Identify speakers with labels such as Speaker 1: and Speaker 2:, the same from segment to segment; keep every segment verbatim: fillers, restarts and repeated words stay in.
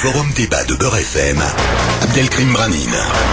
Speaker 1: forum débat de Beurre F M, Abdelkrim Branine.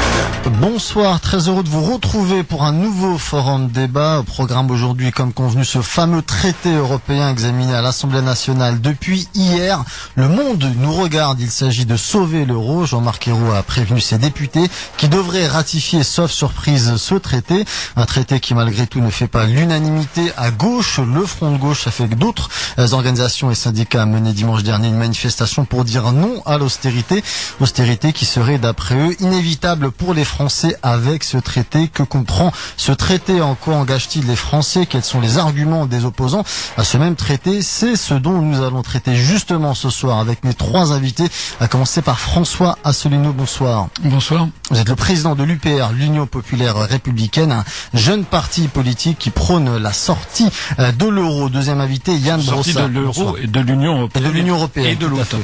Speaker 2: Bonsoir, très heureux de vous retrouver pour un nouveau forum débat. Au programme aujourd'hui, comme convenu, ce fameux traité européen examiné à l'Assemblée nationale depuis hier. Le monde nous regarde, il s'agit de sauver l'euro. Jean-Marc Ayrault a prévenu ses députés qui devraient ratifier, sauf surprise, ce traité. Un traité qui, malgré tout, ne fait pas l'unanimité à gauche. Le Front de gauche a fait que d'autres organisations et syndicats a mené dimanche dernier une manifestation pour dire non à l'austérité. Austérité qui serait, d'après eux, inévitable pour les Français avec ce traité. Que comprend ce traité? En quoi engage-t-il les Français? Quels sont les arguments des opposants à ce même traité? C'est ce dont nous allons traiter justement ce soir avec mes trois invités, à commencer par François Asselineau. Bonsoir.
Speaker 3: Bonsoir.
Speaker 2: Vous êtes le président de l'U P R, l'Union Populaire Républicaine, un jeune parti politique qui prône la sortie de l'euro. Deuxième invité, Yann
Speaker 3: sortie
Speaker 2: Brossat.
Speaker 3: de l'euro et de l'Union européenne.
Speaker 2: Et de l'Union européenne.
Speaker 3: Et de l'autre.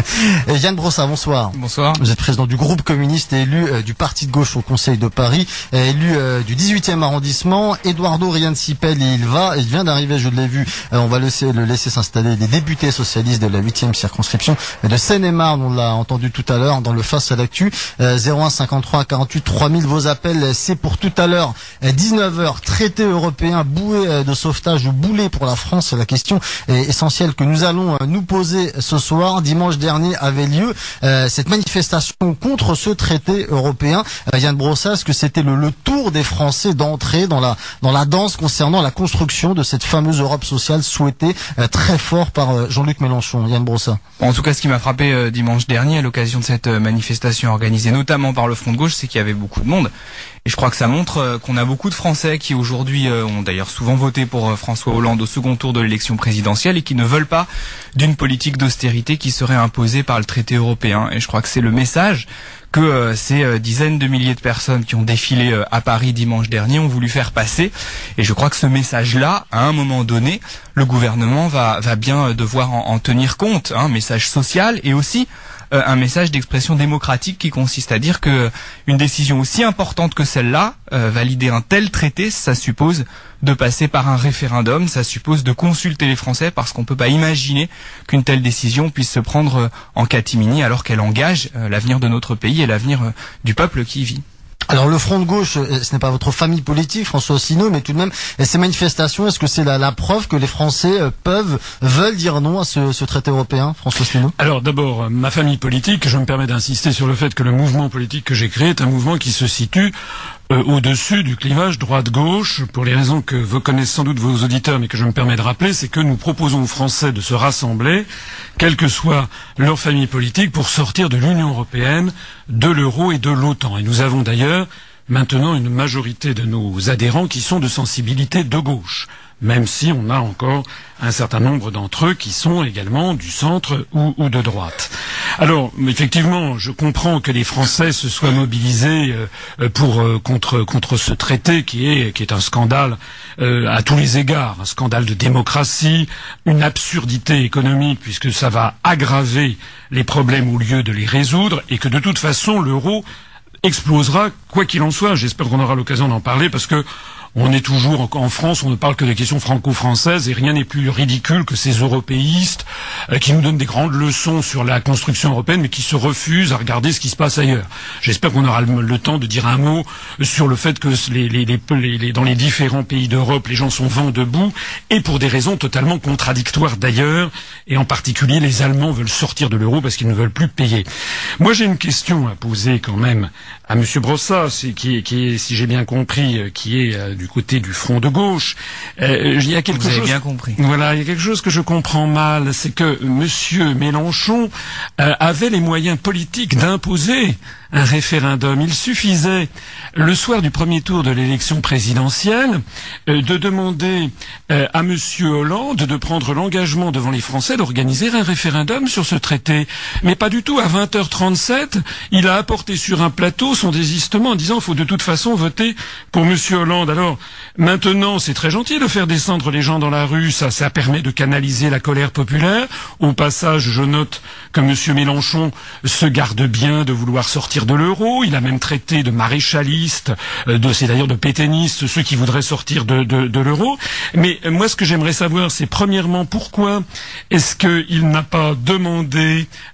Speaker 2: Yann Brossat, bonsoir.
Speaker 3: Bonsoir.
Speaker 2: Vous êtes président du groupe communiste et élu euh, du parti de gauche au Conseil de Paris, euh, élu euh, du dix-huitième arrondissement. Eduardo Riancipel, il va, il vient d'arriver, je l'ai vu. Euh, on va laisser, le laisser s'installer. Les députés socialistes de la huitième circonscription de Seine-et-Marne, on l'a entendu tout à l'heure dans le Face à l'actu. Euh, zéro un cinquante-trois quarante-huit trois mille, vos appels, c'est pour tout à l'heure. Euh, dix-neuf heures, traité européen, bouée euh, de sauvetage ou boulet pour la France. C'est la question euh, essentielle que nous allons euh, nous poser ce soir. Dimanche dernier avait lieu euh, cette manifestation contre ce traité européen. Euh, Yann Brossat, est-ce que c'était le, le tour des Français d'entrer dans la dans la danse concernant la construction de cette fameuse Europe sociale souhaitée euh, très fort par euh, Jean-Luc Mélenchon? Yann Brossat.
Speaker 4: Bon, en tout cas, ce qui m'a frappé euh, dimanche dernier à l'occasion de cette euh, manifestation organisée notamment par le Front de gauche, c'est qu'il y avait beaucoup de monde. Et je crois que ça montre euh, qu'on a beaucoup de Français qui aujourd'hui euh, ont d'ailleurs souvent voté pour euh, François Hollande au second tour de l'élection présidentielle et qui ne veulent pas d'une politique d'austérité qui serait imposée par le traité européen. Et je crois que c'est le message que euh, ces euh, dizaines de milliers de personnes qui ont défilé euh, à Paris dimanche dernier ont voulu faire passer. Et je crois que ce message-là, à un moment donné, le gouvernement va, va bien euh, devoir en, en tenir compte. Un hein, message social et aussi euh, un message d'expression démocratique qui consiste à dire que une décision aussi importante que celle-là, euh, valider un tel traité, ça suppose de passer par un référendum, ça suppose de consulter les Français parce qu'on ne peut pas imaginer qu'une telle décision puisse se prendre en catimini alors qu'elle engage euh, l'avenir de notre pays et l'avenir euh, du peuple qui y vit.
Speaker 2: Alors le Front de gauche, ce n'est pas votre famille politique, François Asselineau, mais tout de même, ces manifestations, est-ce que c'est la, la preuve que les Français peuvent, veulent dire non à ce, ce traité européen, François Asselineau?
Speaker 3: Alors d'abord, ma famille politique, je me permets d'insister sur le fait que le mouvement politique que j'ai créé est un mouvement qui se situe Euh, au-dessus du clivage droite-gauche, pour les raisons que vous connaissez sans doute vos auditeurs, mais que je me permets de rappeler, c'est que nous proposons aux Français de se rassembler, quelle que soit leur famille politique, pour sortir de l'Union européenne, de l'euro et de l'OTAN. Et nous avons d'ailleurs maintenant une majorité de nos adhérents qui sont de sensibilité de gauche, même si on a encore un certain nombre d'entre eux qui sont également du centre ou, ou de droite. Alors, effectivement, je comprends que les Français se soient mobilisés euh, pour euh, contre contre ce traité qui est qui est un scandale euh, à tous les égards, un scandale de démocratie, une absurdité économique puisque ça va aggraver les problèmes au lieu de les résoudre et que de toute façon l'euro explosera quoi qu'il en soit. J'espère qu'on aura l'occasion d'en parler parce que on est toujours en France, on ne parle que des questions franco-françaises et rien n'est plus ridicule que ces européistes euh, qui nous donnent des grandes leçons sur la construction européenne mais qui se refusent à regarder ce qui se passe ailleurs. J'espère qu'on aura le, le temps de dire un mot sur le fait que les, les, les, les, les, dans les différents pays d'Europe, les gens sont vent debout et pour des raisons totalement contradictoires d'ailleurs et en particulier les Allemands veulent sortir de l'euro parce qu'ils ne veulent plus payer. Moi j'ai une question à poser quand même à Monsieur Brossat, c'est, qui, est, qui est, si j'ai bien compris, qui est euh, du côté du Front de gauche. Euh, il y a quelque
Speaker 4: Vous avez
Speaker 3: chose.
Speaker 4: bien compris.
Speaker 3: Voilà, il y a quelque chose que je comprends mal, c'est que Monsieur Mélenchon euh, avait les moyens politiques d'imposer un référendum. Il suffisait, le soir du premier tour de l'élection présidentielle, euh, de demander euh, à Monsieur Hollande de prendre l'engagement devant les Français d'organiser un référendum sur ce traité. Mais pas du tout. À vingt heures trente-sept, il a apporté sur un plateau son désistement en disant qu'il faut de toute façon voter pour Monsieur Hollande. Alors, maintenant, c'est très gentil de faire descendre les gens dans la rue. Ça, ça permet de canaliser la colère populaire. Au passage, je note que Monsieur Mélenchon se garde bien de vouloir sortir de l'euro. Il a même traité de maréchalistes, de, c'est d'ailleurs de pétainistes, ceux qui voudraient sortir de, de, de l'euro. Mais moi, ce que j'aimerais savoir, c'est premièrement, pourquoi est-ce qu'il n'a pas demandé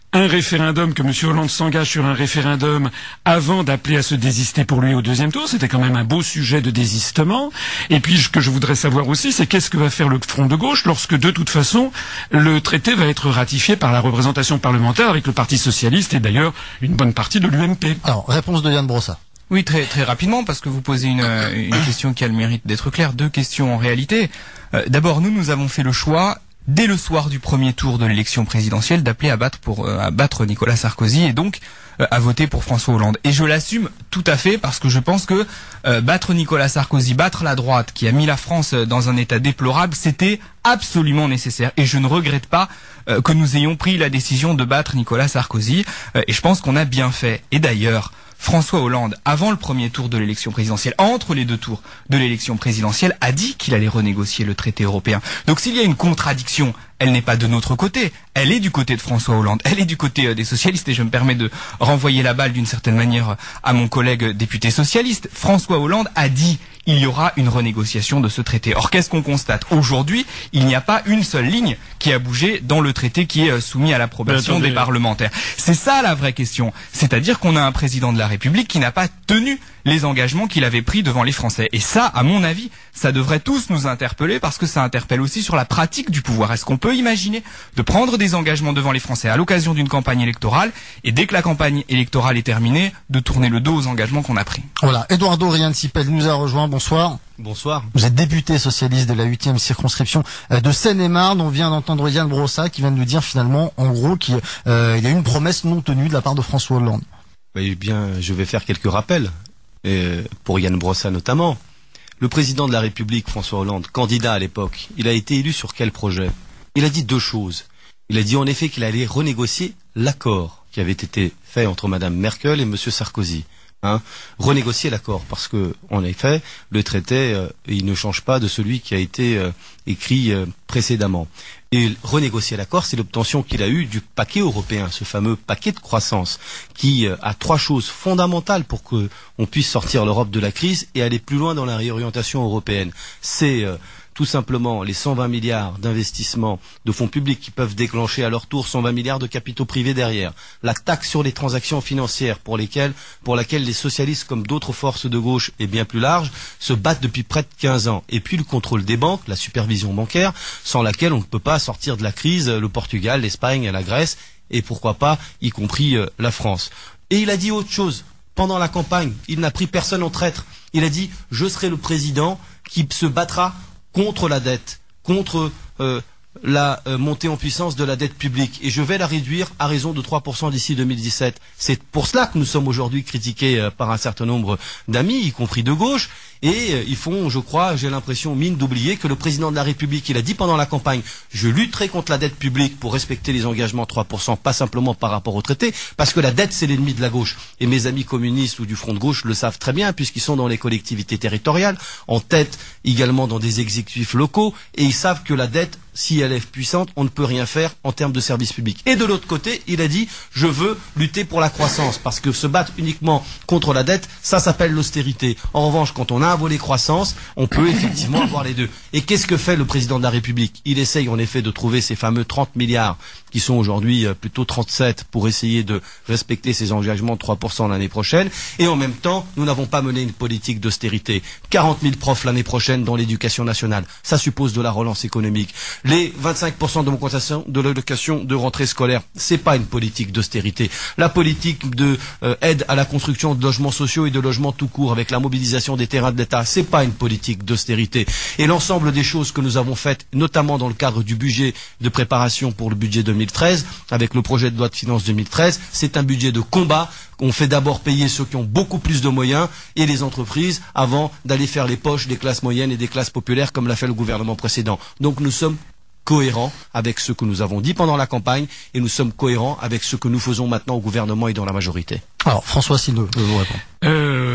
Speaker 3: un référendum, que M. Hollande s'engage sur un référendum avant d'appeler à se désister pour lui au deuxième tour. C'était quand même un beau sujet de désistement. Et puis, ce que je voudrais savoir aussi, c'est qu'est-ce que va faire le Front de gauche lorsque, de toute façon, le traité va être ratifié par la représentation parlementaire avec le Parti socialiste et d'ailleurs une bonne partie de l'U M P.
Speaker 2: Alors, réponse de Yann Brossa.
Speaker 4: Oui, très très rapidement, parce que vous posez une, une question qui a le mérite d'être claire. Deux questions en réalité. Euh, D'abord, nous, nous avons fait le choix, dès le soir du premier tour de l'élection présidentielle, d'appeler à battre pour euh, à battre Nicolas Sarkozy et donc euh, à voter pour François Hollande. Et je l'assume tout à fait parce que je pense que euh, battre Nicolas Sarkozy, battre la droite qui a mis la France dans un état déplorable, c'était absolument nécessaire. Et je ne regrette pas euh, que nous ayons pris la décision de battre Nicolas Sarkozy. Euh, et je pense qu'on a bien fait. Et d'ailleurs, François Hollande, avant le premier tour de l'élection présidentielle, entre les deux tours de l'élection présidentielle, a dit qu'il allait renégocier le traité européen. Donc s'il y a une contradiction, elle n'est pas de notre côté, elle est du côté de François Hollande, elle est du côté des socialistes, et je me permets de renvoyer la balle d'une certaine manière à mon collègue député socialiste. François Hollande a dit il y aura une renégociation de ce traité. Or, qu'est-ce qu'on constate? Aujourd'hui, il n'y a pas une seule ligne qui a bougé dans le traité qui est soumis à l'approbation des parlementaires. C'est ça la vraie question. C'est-à-dire qu'on a un président de la République qui n'a pas tenu les engagements qu'il avait pris devant les Français. Et ça, à mon avis, ça devrait tous nous interpeller parce que ça interpelle aussi sur la pratique du pouvoir. Est-ce qu'on peut imaginer de prendre des engagements devant les Français à l'occasion d'une campagne électorale et dès que la campagne électorale est terminée, de tourner le dos aux engagements qu'on a pris?
Speaker 2: Voilà, Eduardo Riancipel nous a rejoint. Bonsoir.
Speaker 5: Bonsoir.
Speaker 2: Vous êtes député socialiste de la huitième circonscription de Seine-et-Marne. On vient d'entendre Yann Brossa qui vient de nous dire finalement, en gros, qu'il euh, y a une promesse non tenue de la part de François Hollande.
Speaker 5: Eh bien, je vais faire quelques rappels, et pour Yann Brossa notamment. Le président de la République, François Hollande, candidat à l'époque, il a été élu sur quel projet? Il a dit deux choses. Il a dit en effet qu'il allait renégocier l'accord qui avait été fait entre Madame Merkel et Monsieur Sarkozy. Hein, renégocier l'accord, parce que en effet, le traité, euh, il ne change pas de celui qui a été euh, écrit euh, précédemment. Et renégocier l'accord, c'est l'obtention qu'il a eue du paquet européen, ce fameux paquet de croissance, qui euh, a trois choses fondamentales pour que on puisse sortir l'Europe de la crise et aller plus loin dans la réorientation européenne. C'est euh, tout simplement les cent vingt milliards d'investissements de fonds publics qui peuvent déclencher à leur tour cent vingt milliards de capitaux privés derrière. La taxe sur les transactions financières pour lesquelles, pour laquelle les socialistes comme d'autres forces de gauche et bien plus larges se battent depuis près de quinze ans. Et puis le contrôle des banques, la supervision bancaire, sans laquelle on ne peut pas sortir de la crise, le Portugal, l'Espagne, la Grèce et pourquoi pas, y compris euh, la France. Et il a dit autre chose. Pendant la campagne, il n'a pris personne en traître. Il a dit « Je serai le président qui se battra contre la dette, contre euh, la euh, montée en puissance de la dette publique. Et je vais la réduire à raison de trois pour cent d'ici deux mille dix-sept. C'est pour cela que nous sommes aujourd'hui critiqués euh, par un certain nombre d'amis, y compris de gauche. Et euh, ils font, je crois, j'ai l'impression, mine d'oublier que le président de la République, il a dit pendant la campagne, je lutterai contre la dette publique pour respecter les engagements trois pour cent, pas simplement par rapport au traité, parce que la dette, c'est l'ennemi de la gauche. Et mes amis communistes ou du Front de gauche le savent très bien, puisqu'ils sont dans les collectivités territoriales, en tête également dans des exécutifs locaux, et ils savent que la dette, si elle est puissante, on ne peut rien faire en termes de services publics. Et de l'autre côté, il a dit, je veux lutter pour la croissance, parce que se battre uniquement contre la dette, ça s'appelle l'austérité. En revanche, quand on a un volet croissance, on peut effectivement avoir les deux. Et qu'est-ce que fait le président de la République? Il essaye en effet de trouver ces fameux trente milliards, qui sont aujourd'hui plutôt trente-sept, pour essayer de respecter ses engagements de trois pour cent l'année prochaine. Et en même temps, nous n'avons pas mené une politique d'austérité. quarante mille profs l'année prochaine dans l'éducation nationale. Ça suppose de la relance économique. Les vingt-cinq pour cent d'augmentation de l'allocation de rentrée scolaire, c'est pas une politique d'austérité. La politique de euh, aide à la construction de logements sociaux et de logements tout court avec la mobilisation des terrains de l'État, c'est pas une politique d'austérité. Et l'ensemble des choses que nous avons faites, notamment dans le cadre du budget de préparation pour le budget deux mille treize, avec le projet de loi de finances deux mille treize, c'est un budget de combat. On fait d'abord payer ceux qui ont beaucoup plus de moyens et les entreprises avant d'aller faire les poches des classes moyennes et des classes populaires comme l'a fait le gouvernement précédent. Donc nous sommes cohérents avec ce que nous avons dit pendant la campagne et nous sommes cohérents avec ce que nous faisons maintenant au gouvernement et dans la majorité.
Speaker 2: Alors François Asselineau, vous répondre.
Speaker 3: Euh,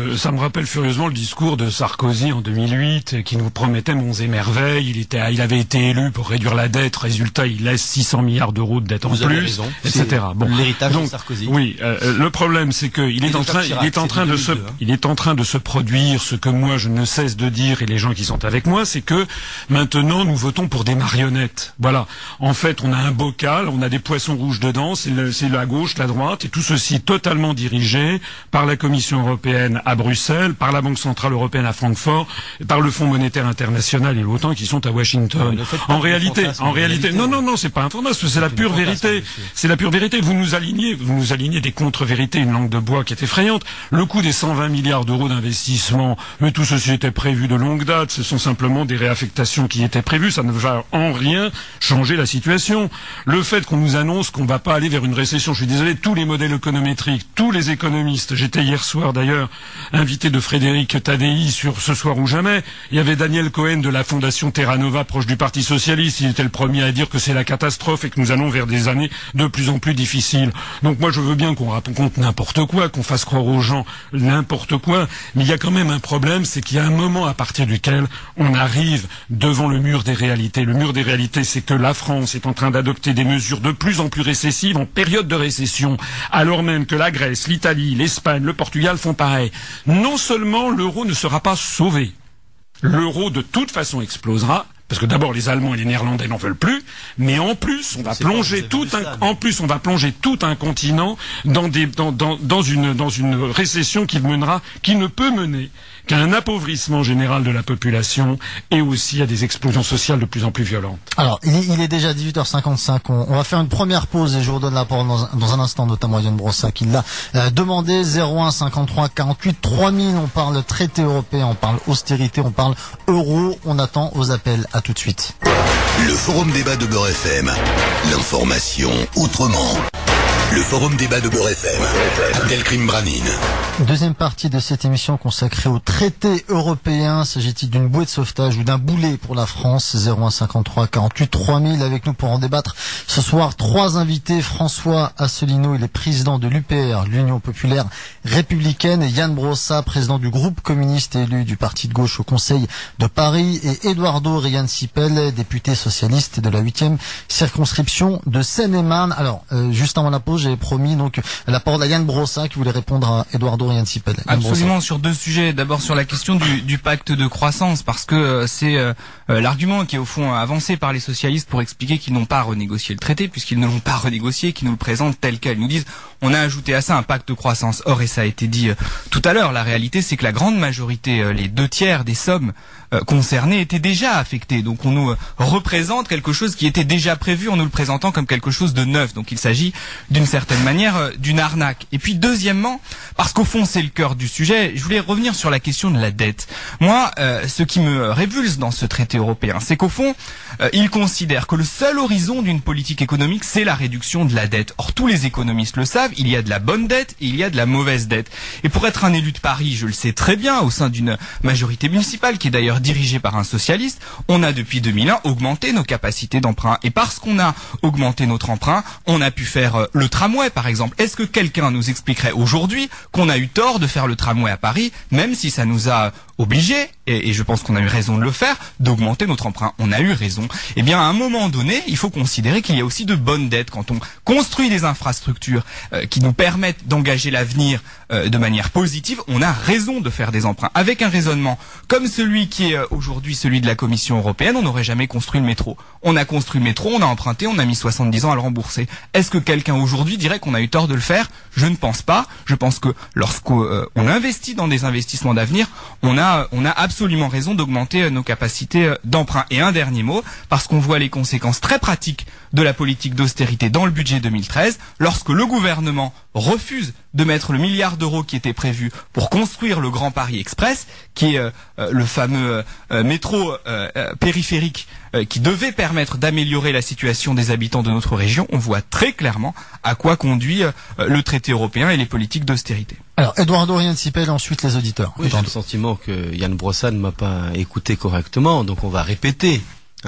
Speaker 3: euh, ça me rappelle furieusement le discours de Sarkozy en deux mille huit, qui nous promettait monts et merveilles. Il était, il avait été élu pour réduire la dette. Résultat, il laisse six cents milliards d'euros de dette en
Speaker 5: Vous avez
Speaker 3: plus,
Speaker 5: raison.
Speaker 3: et cetera.
Speaker 5: C'est
Speaker 3: Bon,
Speaker 5: l'héritage
Speaker 3: donc
Speaker 5: de Sarkozy.
Speaker 3: oui, euh, le problème, c'est que il est
Speaker 5: Et
Speaker 3: en
Speaker 5: de
Speaker 3: train,
Speaker 5: Chirac,
Speaker 3: il est en
Speaker 5: c'est
Speaker 3: train
Speaker 5: de
Speaker 3: de se,
Speaker 5: deux mille deux, hein.
Speaker 3: il est en train de se produire ce que moi je ne cesse de dire, et les gens qui sont avec moi, c'est que maintenant nous votons pour des marionnettes. Voilà. En fait, on a un bocal, on a des poissons rouges dedans, c'est, le, c'est la gauche, la droite, et tout ceci totalement dirigé par la Commission européenne à Bruxelles, par la Banque centrale européenne à Francfort, et par le Fonds monétaire international et l'OTAN qui sont à Washington. En réalité, en réalité, non, non, non, c'est pas un fantasme, c'est la pure vérité. C'est la pure vérité. Vous nous alignez, vous nous alignez des contre-vérités, une langue de bois qui est effrayante. Le coût des cent vingt milliards d'euros d'investissement, mais tout ceci était prévu de longue date. Ce sont simplement des réaffectations qui étaient prévues. Ça ne va en rien changer la situation. Le fait qu'on nous annonce qu'on va pas aller vers une récession, je suis désolé, tous les modèles économétriques, tous les économistes, j'étais hier soir d'ailleurs invité de Frédéric Tadei sur Ce soir ou jamais, il y avait Daniel Cohen de la fondation Terra Nova proche du Parti Socialiste, il était le premier à dire que c'est la catastrophe et que nous allons vers des années de plus en plus difficiles. Donc moi je veux bien qu'on raconte n'importe quoi, qu'on fasse croire aux gens n'importe quoi, mais il y a quand même un problème, c'est qu'il y a un moment à partir duquel on arrive devant le mur des réalités. Le mur des réalités, c'est que la France est en train d'adopter des mesures de plus en plus récessives en période de récession, alors même que la Grèce, l'Italie, l'Espagne, le Portugal font pareil. Non sellement l'euro ne sera pas sauvé, l'euro de toute façon explosera, parce que d'abord les Allemands et les Néerlandais n'en veulent plus, mais en plus on va plonger tout un, en plus on va plonger tout un continent dans des, dans, dans, dans une, dans une récession qui mènera, qui ne peut mener qu'à un appauvrissement général de la population et aussi à des explosions sociales de plus en plus violentes.
Speaker 2: Alors, il est, il est déjà dix-huit heures cinquante-cinq. On, on va faire une première pause et je vous redonne la parole dans un, dans un instant, notamment à Yann Brossa qui l'a euh, demandé. zéro un cinquante-trois quarante-huit trois mille. On parle traité européen, on parle austérité, on parle euro. On attend vos appels. À tout de suite.
Speaker 1: Le forum débat de Beurre F M. L'information autrement. Le forum débat de Beurre F M. Abdelkrim Branine.
Speaker 2: Deuxième partie de cette émission consacrée au traité européen. S'agit-il d'une bouée de sauvetage ou d'un boulet pour la France? Zéro un cinquante-trois quarante-huit trois mille. Avec nous pour en débattre ce soir, trois invités. François Asselineau, il est président de l'U P R, l'Union Populaire Républicaine. Et Yann Brossa, président du groupe communiste élu du Parti de gauche au Conseil de Paris. Et Eduardo Riancipel, député socialiste de la huitième circonscription de Seine-et-Marne. Alors, euh, juste avant la pause, j'ai promis donc la parole à Yann Brossa qui voulait répondre à Eduardo Riancipel.
Speaker 4: Absolument, sur deux sujets. D'abord sur la question du, du pacte de croissance, parce que euh, c'est euh, l'argument qui est au fond avancé par les socialistes pour expliquer qu'ils n'ont pas renégocié le traité, puisqu'ils ne l'ont pas renégocié, qu'ils nous le présentent tel quel. Ils nous disent, on a ajouté à ça un pacte de croissance. Or, et ça a été dit euh, tout à l'heure, la réalité c'est que la grande majorité, euh, les deux tiers des sommes euh, concernées étaient déjà affectées. Donc on nous euh, représente quelque chose qui était déjà prévu en nous le présentant comme quelque chose de neuf. Donc il s'agit d'une certaine manière euh, d'une arnaque. Et puis deuxièmement, parce qu'au fond c'est le cœur du sujet, je voulais revenir sur la question de la dette. Moi, euh, ce qui me révulse dans ce traité européen, c'est qu'au fond, euh, il considère que le seul horizon d'une politique économique, c'est la réduction de la dette. Or tous les économistes le savent, il y a de la bonne dette et il y a de la mauvaise dette. Et pour être un élu de Paris, je le sais très bien, au sein d'une majorité municipale qui est d'ailleurs dirigée par un socialiste, on a depuis deux mille un augmenté nos capacités d'emprunt. Et parce qu'on a augmenté notre emprunt, on a pu faire euh, le tramway par exemple. Est-ce que quelqu'un nous expliquerait aujourd'hui qu'on a eu tort de faire le tramway à Paris, même si ça nous a obligés, et, et je pense qu'on a eu raison de le faire, d'augmenter notre emprunt? On a eu raison. Eh bien, à un moment donné, il faut considérer qu'il y a aussi de bonnes dettes. Quand on construit des infrastructures euh, qui nous permettent d'engager l'avenir euh, de manière positive, on a raison de faire des emprunts. Avec un raisonnement comme celui qui est euh, aujourd'hui celui de la Commission européenne, on n'aurait jamais construit le métro. On a construit le métro, on a emprunté, on a mis soixante-dix ans à le rembourser. Est-ce que quelqu'un aujourd'hui dirait qu'on a eu tort de le faire? Je ne pense pas. Je pense que lorsqu'on euh, investit dans des investissements d'avenir, on a, on a absolument raison d'augmenter euh, nos capacités euh, d'emprunt. Et un dernier mot, parce qu'on voit les conséquences très pratiques de la politique d'austérité dans le budget deux mille treize, lorsque le gouvernement refuse de mettre le milliard d'euros qui était prévu pour construire le Grand Paris Express, qui est euh, euh, le fameux euh, métro euh, euh, périphérique euh, qui devait permettre d'améliorer la situation des habitants de notre région, on voit très clairement à quoi conduit euh, le traité européen et les politiques d'austérité.
Speaker 2: Alors, Eduardo Riancipel, ensuite les auditeurs.
Speaker 5: Oui, j'ai le sentiment que Yann Brossa ne m'a pas écouté correctement, donc on va répéter. Hein,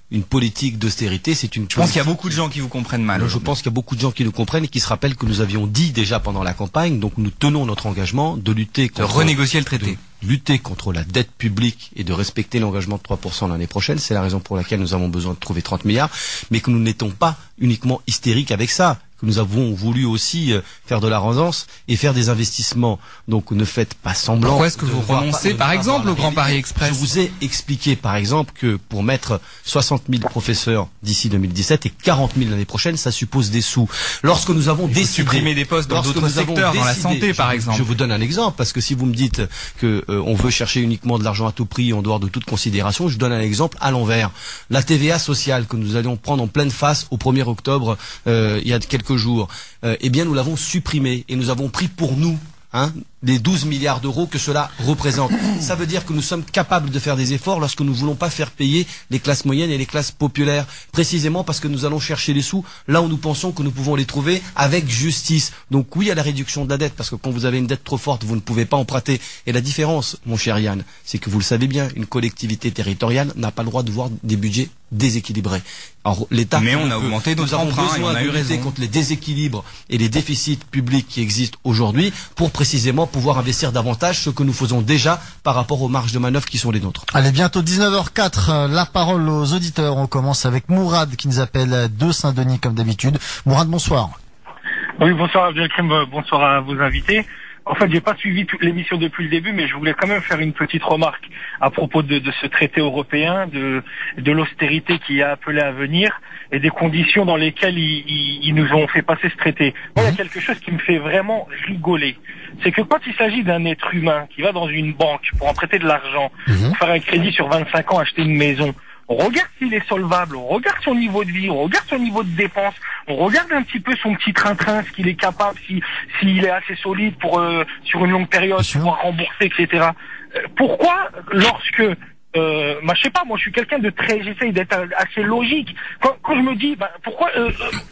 Speaker 5: une politique d'austérité, c'est une.
Speaker 4: Je pense qu'il y a beaucoup de gens qui vous comprennent mal.
Speaker 5: Alors, je pense qu'il y a beaucoup de gens qui nous comprennent et qui se rappellent que nous avions dit déjà pendant la campagne, donc nous tenons notre engagement de lutter contre.
Speaker 4: De renégocier le traité.
Speaker 5: De lutter contre la dette publique et de respecter l'engagement de trois pour cent l'année prochaine. C'est la raison pour laquelle nous avons besoin de trouver trente milliards, mais que nous n'étions pas uniquement hystériques avec ça, que nous avons voulu aussi euh, faire de la relance et faire des investissements. Donc ne faites pas semblant.
Speaker 4: Pourquoi est-ce que vous renoncez par exemple au Grand Paris Express?
Speaker 5: Je vous ai expliqué par exemple que pour mettre soixante mille professeurs d'ici deux mille dix-sept et quarante mille l'année prochaine, ça suppose des sous. Lorsque nous avons décidé
Speaker 4: supprimer des postes dans d'autres secteurs, dans la santé par exemple.
Speaker 5: Je vous donne un exemple parce que si vous me dites que euh, on veut chercher uniquement de l'argent à tout prix en dehors de toute considération, je donne un exemple à l'envers. La T V A sociale que nous allions prendre en pleine face au premier octobre euh, il y a quelques jours, euh, eh bien nous l'avons supprimé et nous avons pris pour nous hein, les douze milliards d'euros que cela représente. Ça veut dire que nous sommes capables de faire des efforts lorsque nous ne voulons pas faire payer les classes moyennes et les classes populaires, précisément parce que nous allons chercher les sous là où nous pensons que nous pouvons les trouver avec justice. Donc oui à la réduction de la dette, parce que quand vous avez une dette trop forte, vous ne pouvez pas emprunter. Et la différence, mon cher Yann, c'est que vous le savez bien, une collectivité territoriale n'a pas le droit de voir des budgets déséquilibrés. Alors l'État.
Speaker 4: Mais on a augmenté nos emprunts et on a eu raison
Speaker 5: contre les déséquilibres et les déficits publics qui existent aujourd'hui pour précisément pouvoir investir davantage, ce que nous faisons déjà par rapport aux marges de manœuvre qui sont les nôtres.
Speaker 2: Allez, bientôt dix-neuf heures quatre, la parole aux auditeurs. On commence avec Mourad qui nous appelle de Saint-Denis comme d'habitude. Mourad, bonsoir.
Speaker 6: Oui, bonsoir Abdelkrim, bonsoir à vos invités. En fait, j'ai pas suivi toute l'émission depuis le début, mais je voulais quand même faire une petite remarque à propos de, de ce traité européen, de, de l'austérité qui est appelée à venir et des conditions dans lesquelles ils, ils, ils nous ont fait passer ce traité. Moi, il y a quelque chose qui me fait vraiment rigoler. C'est que quand il s'agit d'un être humain qui va dans une banque pour emprunter de l'argent, mmh. pour faire un crédit sur vingt-cinq ans, acheter une maison, on regarde s'il est solvable, on regarde son niveau de vie, on regarde son niveau de dépense, on regarde un petit peu son petit train-train, ce qu'il est capable, si s'il est assez solide pour euh, sur une longue période, pouvoir rembourser, et cetera. Euh, pourquoi, lorsque euh, bah, je sais pas, moi je suis quelqu'un de très, j'essaye d'être assez logique. Quand, quand je me dis, bah, pourquoi euh,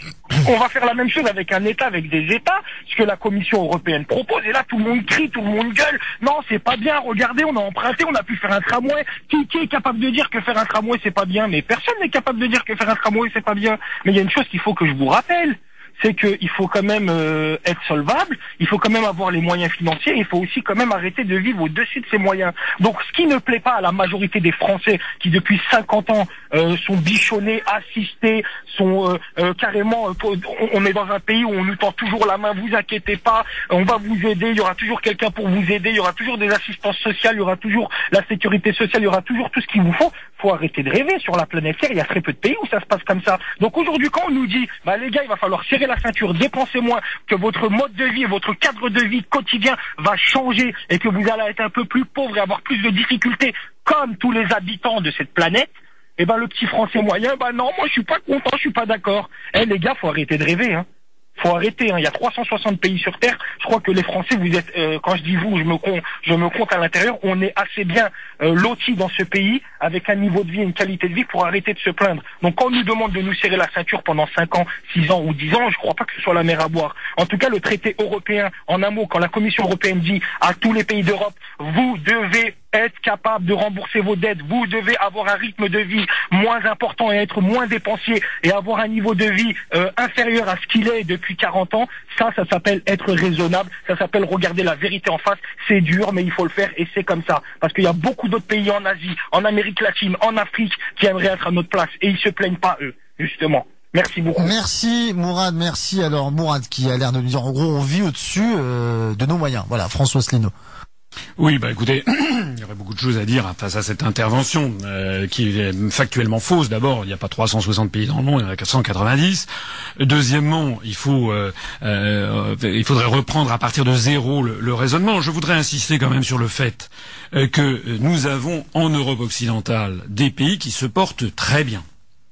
Speaker 6: on va faire la même chose avec un État, avec des États, ce que la Commission européenne propose, et là tout le monde crie, tout le monde gueule, non c'est pas bien, regardez on a emprunté, on a pu faire un tramway, qui, qui est capable de dire que faire un tramway c'est pas bien? Mais personne n'est capable de dire que faire un tramway c'est pas bien. Mais il y a une chose qu'il faut que je vous rappelle, c'est qu'il faut quand même euh, être solvable, il faut quand même avoir les moyens financiers, il faut aussi quand même arrêter de vivre au-dessus de ces moyens. Donc ce qui ne plaît pas à la majorité des Français qui depuis cinquante ans euh, sont bichonnés, assistés, sont euh, euh, carrément, euh, on est dans un pays où on nous tend toujours la main, vous inquiétez pas, on va vous aider, il y aura toujours quelqu'un pour vous aider, il y aura toujours des assistances sociales, il y aura toujours la sécurité sociale, il y aura toujours tout ce qu'il vous faut. Faut arrêter de rêver. Sur la planète Terre, il y a très peu de pays où ça se passe comme ça. Donc aujourd'hui, quand on nous dit, bah les gars, il va falloir serrer la ceinture, dépenser moins, que votre mode de vie, votre cadre de vie quotidien va changer et que vous allez être un peu plus pauvre et avoir plus de difficultés, comme tous les habitants de cette planète, eh ben le petit Français moyen, bah non, moi je suis pas content, je suis pas d'accord. Eh les gars, faut arrêter de rêver, hein. Faut arrêter, hein. Il y a trois cent soixante pays sur Terre. Je crois que les Français, vous êtes, euh, quand je dis vous, je me compte, je me compte à l'intérieur. On est assez bien euh, lotis dans ce pays, avec un niveau de vie, une qualité de vie pour arrêter de se plaindre. Donc, quand on nous demande de nous serrer la ceinture pendant cinq ans, six ans ou dix ans, je crois pas que ce soit la mer à boire. En tout cas, le traité européen, en un mot, quand la Commission européenne dit à tous les pays d'Europe, vous devez être capable de rembourser vos dettes, vous devez avoir un rythme de vie moins important et être moins dépensier et avoir un niveau de vie euh, inférieur à ce qu'il est depuis quarante ans, ça, ça s'appelle être raisonnable, ça s'appelle regarder la vérité en face, c'est dur mais il faut le faire et c'est comme ça. Parce qu'il y a beaucoup d'autres pays en Asie, en Amérique latine, en Afrique qui aimeraient être à notre place et ils se plaignent pas eux, justement. Merci beaucoup.
Speaker 2: Merci Mourad, merci. Alors Mourad qui a l'air de nous dire en gros on vit au-dessus euh, de nos moyens. Voilà, François Asselineau.
Speaker 3: Oui, bah écoutez, il y aurait beaucoup de choses à dire face à cette intervention euh, qui est factuellement fausse. D'abord, il n'y a pas trois cent soixante pays dans le monde, il y en a quatre cent quatre-vingt-dix. Deuxièmement, il faut, euh, euh, il faudrait reprendre à partir de zéro le, le raisonnement. Je voudrais insister quand même sur le fait euh, que nous avons en Europe occidentale des pays qui se portent très bien.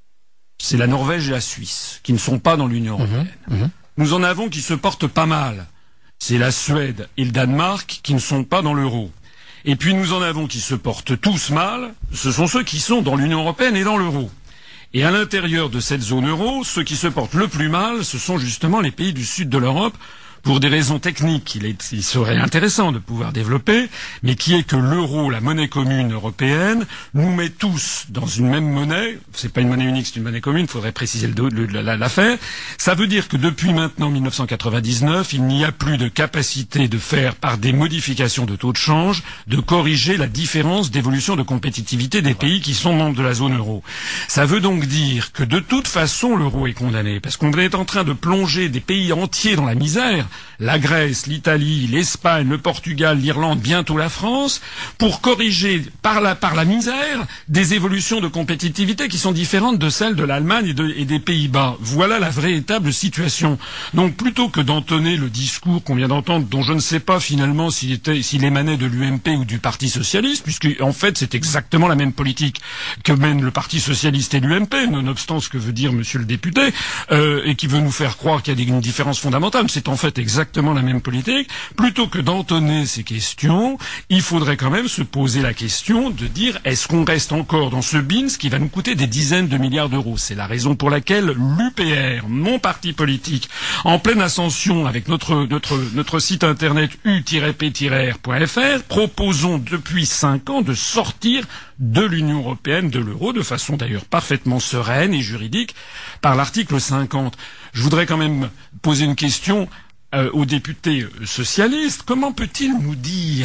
Speaker 3: C'est la Norvège et la Suisse qui ne sont pas dans l'Union européenne. Mmh, mmh. Nous en avons qui se portent pas mal. C'est la Suède et le Danemark qui ne sont pas dans l'euro. Et puis nous en avons qui se portent tous mal, ce sont ceux qui sont dans l'Union européenne et dans l'euro. Et à l'intérieur de cette zone euro, ceux qui se portent le plus mal, ce sont justement les pays du sud de l'Europe. pour des raisons techniques qu'il est, il serait intéressant de pouvoir développer, mais qui est que l'euro, la monnaie commune européenne, nous met tous dans une même monnaie. C'est pas une monnaie unique, c'est une monnaie commune. Il faudrait préciser le, le, la, l'affaire. Ça veut dire que depuis maintenant mille neuf cent quatre-vingt-dix-neuf, il n'y a plus de capacité de faire par des modifications de taux de change, de corriger la différence d'évolution de compétitivité des pays qui sont membres de la zone euro. Ça veut donc dire que de toute façon l'euro est condamné, parce qu'on est en train de plonger des pays entiers dans la misère, la Grèce, l'Italie, l'Espagne, le Portugal, l'Irlande, bientôt la France, pour corriger par la, par la misère des évolutions de compétitivité qui sont différentes de celles de l'Allemagne et, de, et des Pays-Bas. Voilà la véritable situation. Donc plutôt que d'entonner le discours qu'on vient d'entendre, dont je ne sais pas finalement s'il était, s'il émanait de l'U M P ou du Parti Socialiste, puisque en fait c'est exactement la même politique que mène le Parti Socialiste et l'U M P, nonobstant ce que veut dire Monsieur le député, euh, et qui veut nous faire croire qu'il y a une différence fondamentale. C'est en fait exactement la même politique. Plutôt que d'entonner ces questions, il faudrait quand même se poser la question de dire est-ce qu'on reste encore dans ce B I N S qui va nous coûter des dizaines de milliards d'euros. C'est la raison pour laquelle l'U P R, mon parti politique, en pleine ascension avec notre notre notre site internet u tiret p tiret r point f r, proposons depuis cinq ans de sortir de l'Union européenne, de l'euro, de façon d'ailleurs parfaitement sereine et juridique, par l'article cinquante. Je voudrais quand même poser une question euh, aux députés socialistes. Comment peut-il nous dire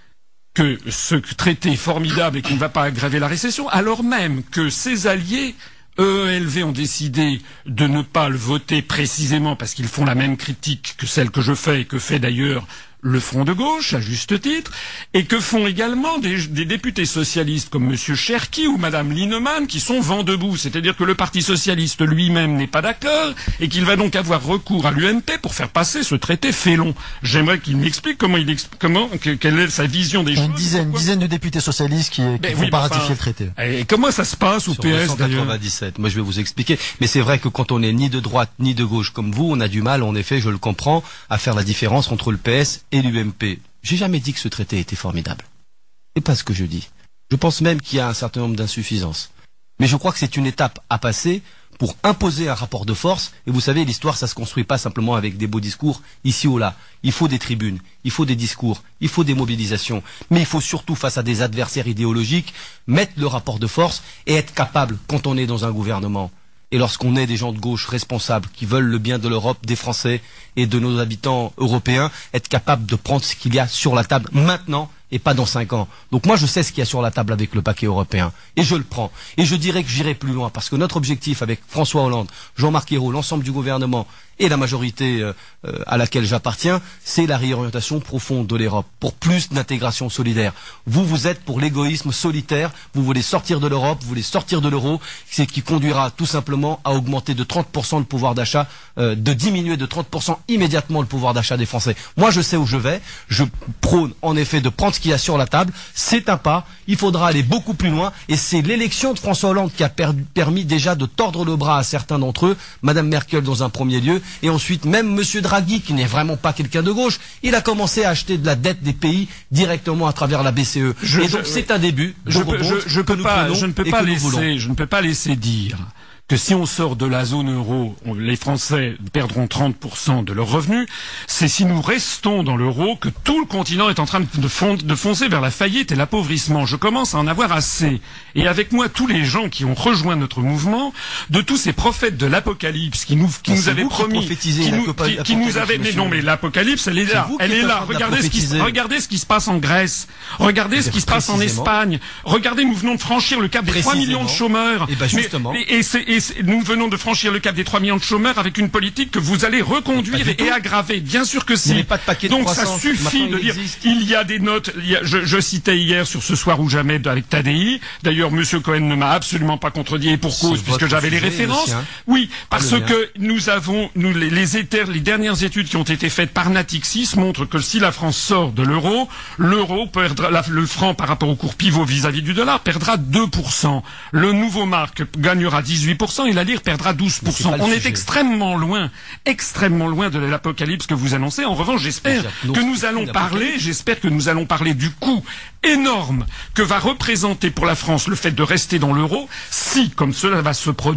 Speaker 3: que ce traité est formidable et qu'il ne va pas aggraver la récession, alors même que ses alliés E E L V ont décidé de ne pas le voter précisément parce qu'ils font la même critique que celle que je fais et que fait d'ailleurs le Front de gauche, à juste titre, et que font également des, des députés socialistes comme M. Cherki ou Mme Linnemann qui sont vent debout. C'est-à-dire que le Parti socialiste lui-même n'est pas d'accord et qu'il va donc avoir recours à l'U M P pour faire passer ce traité félon. J'aimerais qu'il m'explique comment il explique, comment, que, quelle est sa vision des choses.
Speaker 2: Une dizaine, dizaine de députés socialistes qui ne vont
Speaker 3: oui,
Speaker 2: pas
Speaker 3: enfin,
Speaker 2: ratifier le traité.
Speaker 3: Et comment ça se passe au
Speaker 5: Sur
Speaker 3: P S
Speaker 5: cent quatre-vingt-dix-sept, moi je vais vous expliquer. Mais c'est vrai que quand on est ni de droite ni de gauche comme vous, on a du mal, en effet, je le comprends, à faire la différence entre le P S et l'U M P. J'ai jamais dit que ce traité était formidable. C'est pas ce que je dis. Je pense même qu'il y a un certain nombre d'insuffisances. Mais je crois que c'est une étape à passer pour imposer un rapport de force. Et vous savez, l'histoire, ça se construit pas simplement avec des beaux discours ici ou là. Il faut des tribunes, il faut des discours, il faut des mobilisations. Mais il faut surtout, face à des adversaires idéologiques, mettre le rapport de force et être capable, quand on est dans un gouvernement, et lorsqu'on est des gens de gauche responsables qui veulent le bien de l'Europe, des Français et de nos habitants européens, être capable de prendre ce qu'il y a sur la table maintenant et pas dans cinq ans. Donc moi je sais ce qu'il y a sur la table avec le paquet européen et je le prends. Et je dirais que j'irai plus loin parce que notre objectif avec François Hollande, Jean-Marc Ayrault, l'ensemble du gouvernement et la majorité euh, euh, à laquelle j'appartiens, c'est la réorientation profonde de l'Europe pour plus d'intégration solidaire. Vous, vous êtes pour l'égoïsme solitaire, vous voulez sortir de l'Europe, vous voulez sortir de l'euro, c'est qui conduira tout simplement à augmenter de trente pour cent le pouvoir d'achat, euh, de diminuer de trente pour cent immédiatement le pouvoir d'achat des Français. Moi je sais où je vais, je prône en effet de prendre ce qu'il y a sur la table, c'est un pas, il faudra aller beaucoup plus loin et c'est l'élection de François Hollande qui a per- permis déjà de tordre le bras à certains d'entre eux, Madame Merkel dans un premier lieu, et ensuite même Monsieur Draghi qui n'est vraiment pas quelqu'un de gauche, il a commencé à acheter de la dette des pays directement à travers la B C E.
Speaker 3: Je,
Speaker 5: et donc
Speaker 3: je,
Speaker 5: c'est un début,
Speaker 3: je,
Speaker 5: je,
Speaker 3: peux, je, je, peux pas, je ne peux pas laisser, je ne peux pas laisser dire que si on sort de la zone euro, on, les Français perdront trente pour cent de leurs revenus. C'est si nous restons dans l'euro que tout le continent est en train de, fon- de foncer vers la faillite et l'appauvrissement. Je commence à en avoir assez. Et avec moi, tous les gens qui ont rejoint notre mouvement, de tous ces prophètes de l'apocalypse qui nous, qui nous avaient promis, qui, qui, nous, qui, qui nous avaient, mais non, mais l'apocalypse, elle est là, elle est là. Regardez ce, qui, regardez ce qui se passe en Grèce. Regardez ce qui se passe en Espagne. Regardez, nous venons de franchir le cap des trois millions de chômeurs.
Speaker 5: Et ben justement.
Speaker 3: Mais, et, et c'est, et nous venons de franchir le cap des trois millions de chômeurs avec une politique que vous allez reconduire et, et aggraver. Bien sûr que si.
Speaker 5: Il n'y a pas de paquet de
Speaker 3: Donc
Speaker 5: croissance.
Speaker 3: ça suffit
Speaker 5: Maintenant,
Speaker 3: de
Speaker 5: il
Speaker 3: dire,
Speaker 5: existe.
Speaker 3: il y a des notes, il y a, je, je citais hier sur Ce soir ou jamais avec Tadei. D'ailleurs, Monsieur Cohen ne m'a absolument pas contredit et pour cause, puisque j'avais les références.
Speaker 5: Aussi, hein.
Speaker 3: Oui, parce
Speaker 5: le
Speaker 3: que nous avons, nous, les, les, éter, les dernières études qui ont été faites par Natixis montrent que si la France sort de l'euro, l'euro perdra, la, le franc par rapport au cours pivot vis-à-vis du dollar perdra deux pour cent. Le nouveau marque gagnera dix-huit pour cent et la lire perdra douze pour cent. On est extrêmement loin, extrêmement loin de l'apocalypse que vous annoncez. En revanche, j'espère que nous allons parler, j'espère que nous allons parler du coût énorme que va représenter pour la France le fait de rester dans l'euro si, comme cela va se produire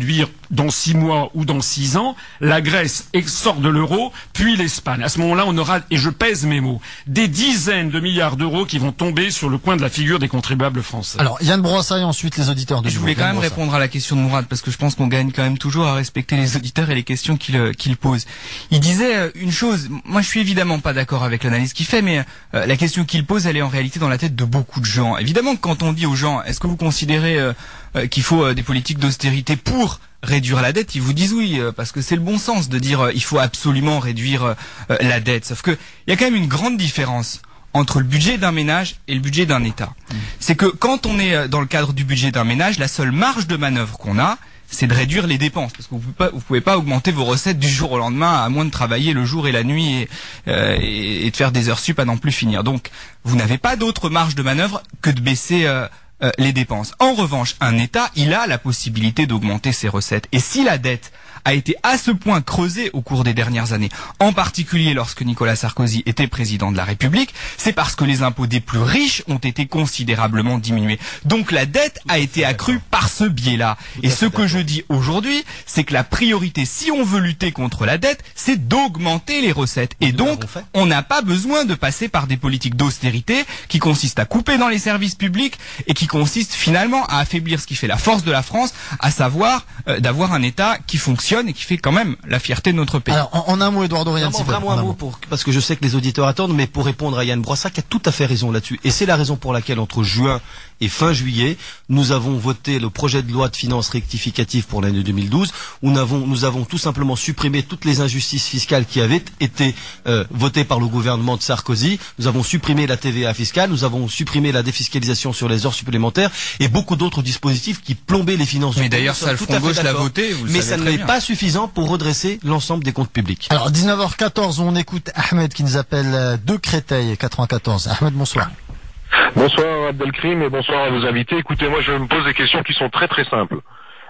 Speaker 3: dans six mois ou dans six ans, la Grèce sort de l'euro, puis l'Espagne. À ce moment-là, on aura, et je pèse mes mots, des dizaines de milliards d'euros qui vont tomber sur le coin de la figure des contribuables français.
Speaker 2: Alors, Yann Brossaille, ensuite les auditeurs de
Speaker 4: Je voulais quand même répondre à la question de Mourad, parce que je pense qu'on gagne quand même toujours à respecter les auditeurs et les questions qu'il qu'il pose. Il disait une chose, moi je suis évidemment pas d'accord avec l'analyse qu'il fait, mais euh, la question qu'il pose, elle est en réalité dans la tête de beaucoup de gens. Évidemment, quand on dit aux gens, est-ce que vous considérez euh, euh, qu'il faut euh, des politiques d'austérité pour réduire la dette, ils vous disent oui, euh, parce que c'est le bon sens de dire euh, il faut absolument réduire euh, la dette. Sauf que il y a quand même une grande différence entre le budget d'un ménage et le budget d'un État. Mmh. C'est que quand on est dans le cadre du budget d'un ménage, la seule marge de manœuvre qu'on a, c'est de réduire les dépenses, parce que vous pouvez pas, vous pouvez pas augmenter vos recettes du jour au lendemain, à moins de travailler le jour et la nuit et, euh, et, et de faire des heures sup à n'en plus finir. Donc, vous n'avez pas d'autre marge de manœuvre que de baisser euh, euh, les dépenses. En revanche, un État, il a la possibilité d'augmenter ses recettes. Et si la dette a été à ce point creusée au cours des dernières années, en particulier lorsque Nicolas Sarkozy était président de la République, c'est parce que les impôts des plus riches ont été considérablement diminués. Donc la dette a été accrue par ce biais-là. Et ce que je dis aujourd'hui, c'est que la priorité, si on veut lutter contre la dette, c'est d'augmenter les recettes. Et donc, on n'a pas besoin de passer par des politiques d'austérité qui consistent à couper dans les services publics et qui consistent finalement à affaiblir ce qui fait la force de la France, à savoir euh, d'avoir un État qui fonctionne et qui fait quand même la fierté de notre pays.
Speaker 2: Alors, en, en un mot, Eduardo Riancibel.
Speaker 5: Vraiment un mot, pour, parce que je sais que les auditeurs attendent, mais pour répondre à Yann Brossaille, qui a tout à fait raison là-dessus. Et c'est la raison pour laquelle, entre juin et fin juillet, nous avons voté le projet de loi de finances rectificative pour l'année deux mille douze, où nous avons, nous avons tout simplement supprimé toutes les injustices fiscales qui avaient été euh, votées par le gouvernement de Sarkozy. Nous avons supprimé la T V A fiscale, nous avons supprimé la défiscalisation sur les heures supplémentaires et beaucoup d'autres dispositifs qui plombaient les finances.
Speaker 4: Mais d'ailleurs, ça, le Front Gauche l'a voté. Vous le
Speaker 5: mais
Speaker 4: savez
Speaker 5: ça
Speaker 4: très
Speaker 5: n'est
Speaker 4: bien.
Speaker 5: pas suffisant pour redresser l'ensemble des comptes publics.
Speaker 2: Alors, dix-neuf heures quatorze, on écoute Ahmed qui nous appelle de Créteil, quatre-vingt-quatorze. Ahmed, bonsoir.
Speaker 7: Bonsoir Abdelkrim et bonsoir à vos invités. Écoutez, moi je me pose des questions qui sont très très simples.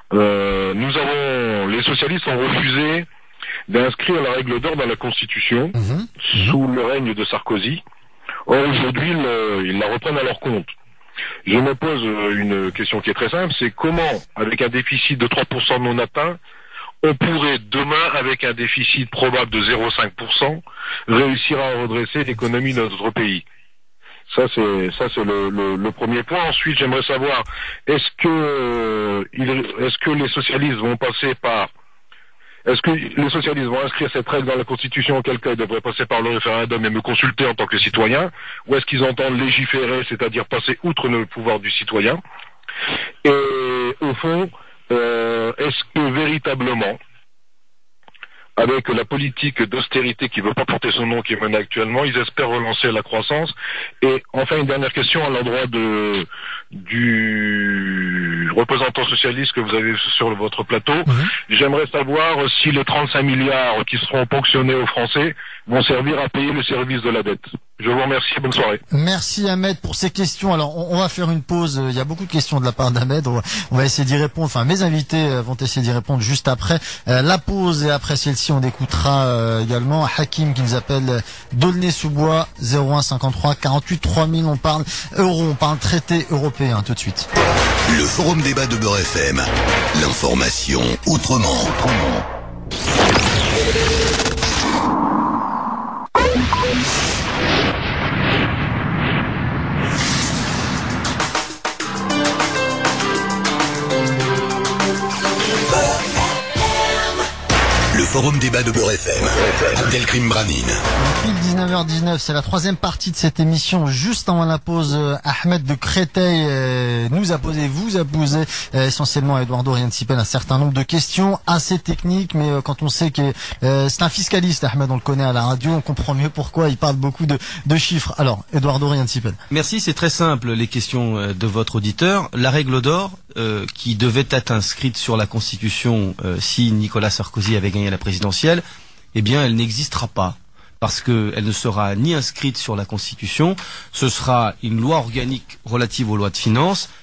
Speaker 7: Euh, nous avons, les socialistes ont refusé d'inscrire la règle d'or dans la Constitution mmh. sous le règne de Sarkozy. Or aujourd'hui ils, ils la reprennent à leur compte. Je me pose une question qui est très simple, c'est comment, avec un déficit de trois pour cent non atteint, on pourrait demain, avec un déficit probable de zéro virgule cinq pour cent, réussir à redresser l'économie de notre pays. Ça c'est ça c'est le, le, le premier point. Ensuite, j'aimerais savoir est-ce que euh, il, est-ce que les socialistes vont passer par est-ce que les socialistes vont inscrire cette règle dans la Constitution, auquel cas ils devraient passer par le référendum et me consulter en tant que citoyen, ou est-ce qu'ils entendent légiférer, c'est-à-dire passer outre le pouvoir du citoyen? Et au fond, euh, est-ce que véritablement, avec la politique d'austérité qui ne veut pas porter son nom qui est menée actuellement, ils espèrent relancer la croissance? Et enfin, une dernière question à l'endroit de du représentant socialiste que vous avez sur votre plateau. Mmh. J'aimerais savoir si les trente-cinq milliards qui seront ponctionnés aux Français vont servir à payer le service de la dette. Je vous remercie, bonne soirée.
Speaker 2: Merci Ahmed pour ces questions. Alors on, on va faire une pause, il y a beaucoup de questions de la part d'Ahmed, on va, on va essayer d'y répondre, enfin mes invités vont essayer d'y répondre juste après euh, la pause, et après celle-ci on écoutera euh, également Hakim qui nous appelle d'Aulnay-sous-Bois, zéro un cinquante-trois quarante-huit trois mille, on parle euro, on parle traité européen tout de suite.
Speaker 1: Le forum débat de Beurre F M, l'information autrement. autrement. Le forum débat de Beurre F M, Abdelkrim Branine.
Speaker 2: Depuis dix-neuf heures dix-neuf, c'est la troisième partie de cette émission. Juste avant la pause, Ahmed de Créteil euh, nous a posé, vous a posé euh, essentiellement à Eduardo Riancibel un certain nombre de questions assez techniques, mais euh, quand on sait que euh, c'est un fiscaliste, Ahmed, on le connaît à la radio, on comprend mieux pourquoi il parle beaucoup de, de chiffres. Alors, Eduardo Riancibel.
Speaker 5: Merci, c'est très simple les questions de votre auditeur. La règle d'or euh, qui devait être inscrite sur la Constitution euh, si Nicolas Sarkozy avait gagné la présidentielle, eh bien elle n'existera pas, parce qu'elle ne sera ni inscrite sur la Constitution, ce sera une loi organique relative aux lois de finances,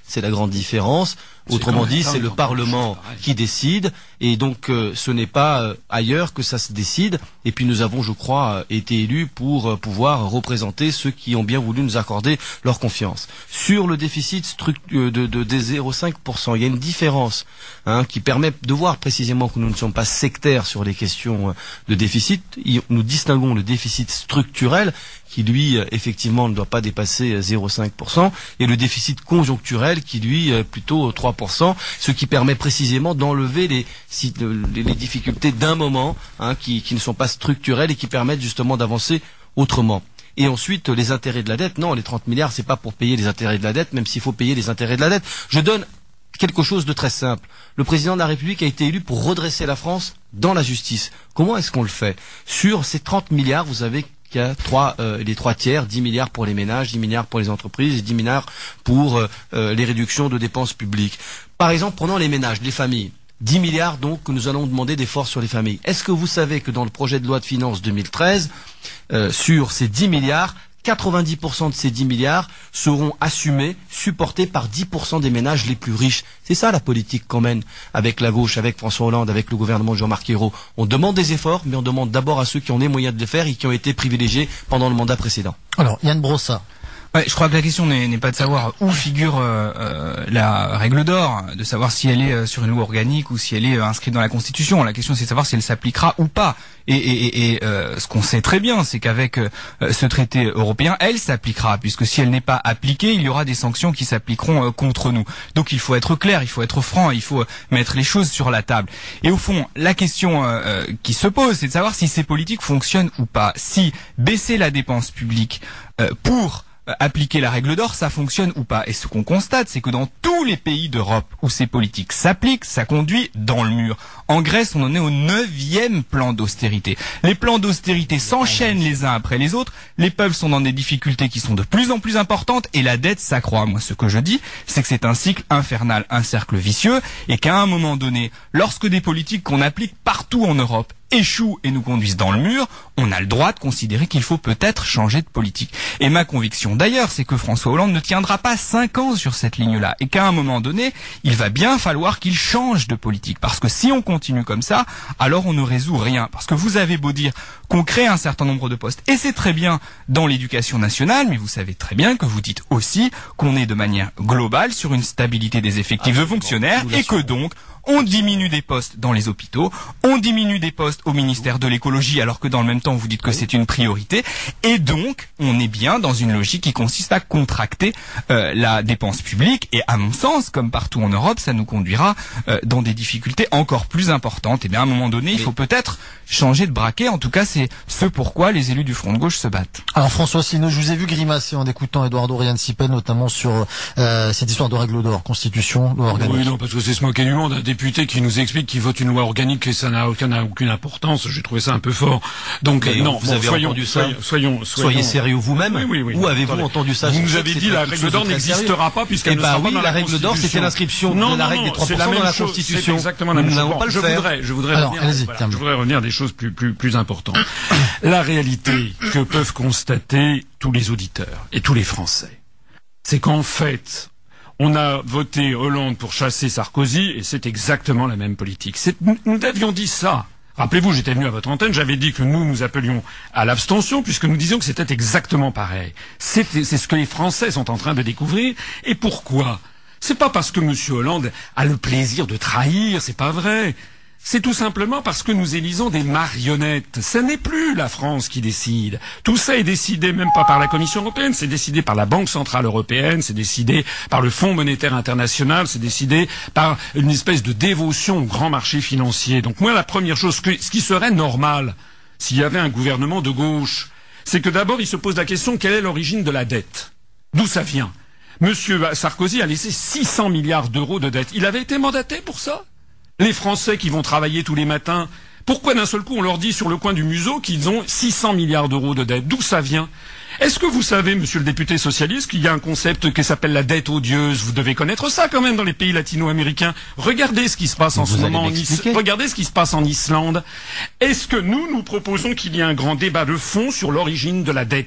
Speaker 5: C'est la grande différence. Autrement dit, c'est le Parlement qui décide, et donc euh, ce n'est pas euh, ailleurs que ça se décide. Et puis nous avons, je crois, euh, été élus pour euh, pouvoir représenter ceux qui ont bien voulu nous accorder leur confiance. Sur le déficit structure de, de, des zéro virgule cinq pour cent, il y a une différence hein, qui permet de voir précisément que nous ne sommes pas sectaires sur les questions de déficit. Nous distinguons le déficit structurel, qui lui, effectivement, ne doit pas dépasser zéro virgule cinq pour cent, et le déficit conjoncturel, qui lui, plutôt trois pour cent, ce qui permet précisément d'enlever les, les, les difficultés d'un moment, hein, qui, qui ne sont pas structurelles et qui permettent justement d'avancer autrement. Et ensuite, les intérêts de la dette, non, les trente milliards, c'est pas pour payer les intérêts de la dette, même s'il faut payer les intérêts de la dette. Je donne quelque chose de très simple. Le président de la République a été élu pour redresser la France dans la justice. Comment est-ce qu'on le fait? Sur ces trente milliards, vous avez qu'il y a trois, euh, les trois tiers, dix milliards pour les ménages, dix milliards pour les entreprises et dix milliards pour euh, euh, les réductions de dépenses publiques. Par exemple, prenons les ménages, les familles. dix milliards donc que nous allons demander d'efforts sur les familles. Est-ce que vous savez que dans le projet de loi de finances deux mille treize, euh, sur ces dix milliards, quatre-vingt-dix pour cent de ces dix milliards seront assumés, supportés par dix pour cent des ménages les plus riches. C'est ça la politique qu'on mène avec la gauche, avec François Hollande, avec le gouvernement de Jean-Marc Ayrault. On demande des efforts, mais on demande d'abord à ceux qui ont les moyens de les faire et qui ont été privilégiés pendant le mandat précédent.
Speaker 2: Alors, Yann Brossat.
Speaker 4: Ouais, je crois que la question n'est pas de savoir où figure euh, euh, la règle d'or, de savoir si elle est euh, sur une loi organique ou si elle est euh, inscrite dans la Constitution. La question, c'est de savoir si elle s'appliquera ou pas. Et, et, et euh, ce qu'on sait très bien, c'est qu'avec euh, ce traité européen, elle s'appliquera, puisque si elle n'est pas appliquée, il y aura des sanctions qui s'appliqueront euh, contre nous. Donc il faut être clair, il faut être franc, il faut euh, mettre les choses sur la table. Et au fond, la question euh, euh, qui se pose, c'est de savoir si ces politiques fonctionnent ou pas. Si baisser la dépense publique euh, pour appliquer la règle d'or, ça fonctionne ou pas. Et ce qu'on constate, c'est que dans tous les pays d'Europe où ces politiques s'appliquent, ça conduit dans le mur. En Grèce, on en est au neuvième plan d'austérité. Les plans d'austérité s'enchaînent les uns après les autres, les peuples sont dans des difficultés qui sont de plus en plus importantes et la dette s'accroît. Moi, ce que je dis, c'est que c'est un cycle infernal, un cercle vicieux, et qu'à un moment donné, lorsque des politiques qu'on applique partout en Europe échouent et nous conduisent dans le mur, on a le droit de considérer qu'il faut peut-être changer de politique. Et ma conviction d'ailleurs, c'est que François Hollande ne tiendra pas cinq ans sur cette ligne-là, et qu'à un moment donné, il va bien falloir qu'il change de politique. Parce que si on continue comme ça, alors on ne résout rien. Parce que vous avez beau dire qu'on crée un certain nombre de postes, et c'est très bien dans l'éducation nationale, mais vous savez très bien que vous dites aussi qu'on est de manière globale sur une stabilité des effectifs de fonctionnaires, et que donc on diminue des postes dans les hôpitaux, on diminue des postes au ministère de l'écologie alors que dans le même temps vous dites que c'est une priorité, et donc on est bien dans une logique qui consiste à contracter euh, la dépense publique, et à mon sens, comme partout en Europe, ça nous conduira euh, dans des difficultés encore plus importantes. Et bien à un moment donné, il faut peut-être changer de braquet, en tout cas c'est ce pourquoi les élus du Front de Gauche se battent.
Speaker 2: Alors François Asselineau, je vous ai vu grimacer en écoutant Eduardo Riancipé, notamment sur euh, cette histoire de règle d'or, constitution, loi organique.
Speaker 3: Oui, non, parce que c'est se moquer du monde, un député qui nous explique qu'il vote une loi organique et ça n'a aucune, aucune importance. J'ai trouvé ça un peu fort. Donc
Speaker 5: mais
Speaker 3: non,
Speaker 5: vous
Speaker 3: bon,
Speaker 5: avez
Speaker 3: soyons,
Speaker 5: entendu ça
Speaker 3: soyons, soyons, soyons,
Speaker 5: soyez sérieux vous-même.
Speaker 3: Oui, oui, oui.
Speaker 5: Où avez-vous entendu ça?
Speaker 3: Vous nous avez dit la règle d'or n'existera pas puisqu'elle
Speaker 5: eh
Speaker 3: ne
Speaker 5: bah
Speaker 3: sera
Speaker 5: oui,
Speaker 3: pas dans
Speaker 5: la
Speaker 3: la
Speaker 5: règle d'or, c'était l'inscription de la règle des trois pour cent dans la Constitution.
Speaker 3: C'est exactement la même chose.
Speaker 5: Nous n'allons pas le
Speaker 3: je
Speaker 5: faire.
Speaker 3: Voudrais, je voudrais
Speaker 2: Alors,
Speaker 3: revenir, voilà, je voudrais revenir à des choses plus, plus, plus importantes. La réalité que peuvent constater tous les auditeurs et tous les Français, c'est qu'en fait, on a voté Hollande pour chasser Sarkozy et c'est exactement la même politique. C'est, nous avions dit ça. Rappelez-vous, j'étais venu à votre antenne, j'avais dit que nous, nous appelions à l'abstention puisque nous disions que c'était exactement pareil. C'est, c'est ce que les Français sont en train de découvrir. Et pourquoi? C'est pas parce que M. Hollande a le plaisir de trahir, c'est pas vrai. C'est tout simplement parce que nous élisons des marionnettes. Ce n'est plus la France qui décide. Tout ça est décidé même pas par la Commission européenne, c'est décidé par la Banque centrale européenne, c'est décidé par le Fonds monétaire international, c'est décidé par une espèce de dévotion au grand marché financier. Donc moi, la première chose, que, ce qui serait normal s'il y avait un gouvernement de gauche, c'est que d'abord il se pose la question, quelle est l'origine de la dette? D'où ça vient? Monsieur Sarkozy a laissé six cents milliards d'euros de dette. Il avait été mandaté pour ça? Les Français qui vont travailler tous les matins, pourquoi d'un seul coup on leur dit sur le coin du museau qu'ils ont six cents milliards d'euros de dette? D'où ça vient? Est-ce que vous savez, monsieur le député socialiste, qu'il y a un concept qui s'appelle la dette odieuse? Vous devez connaître ça quand même dans les pays latino-américains. Regardez ce qui se passe en ce moment en Islande. Regardez ce qui se passe en Islande. Est-ce que nous, nous proposons qu'il y ait un grand débat de fond sur l'origine de la dette?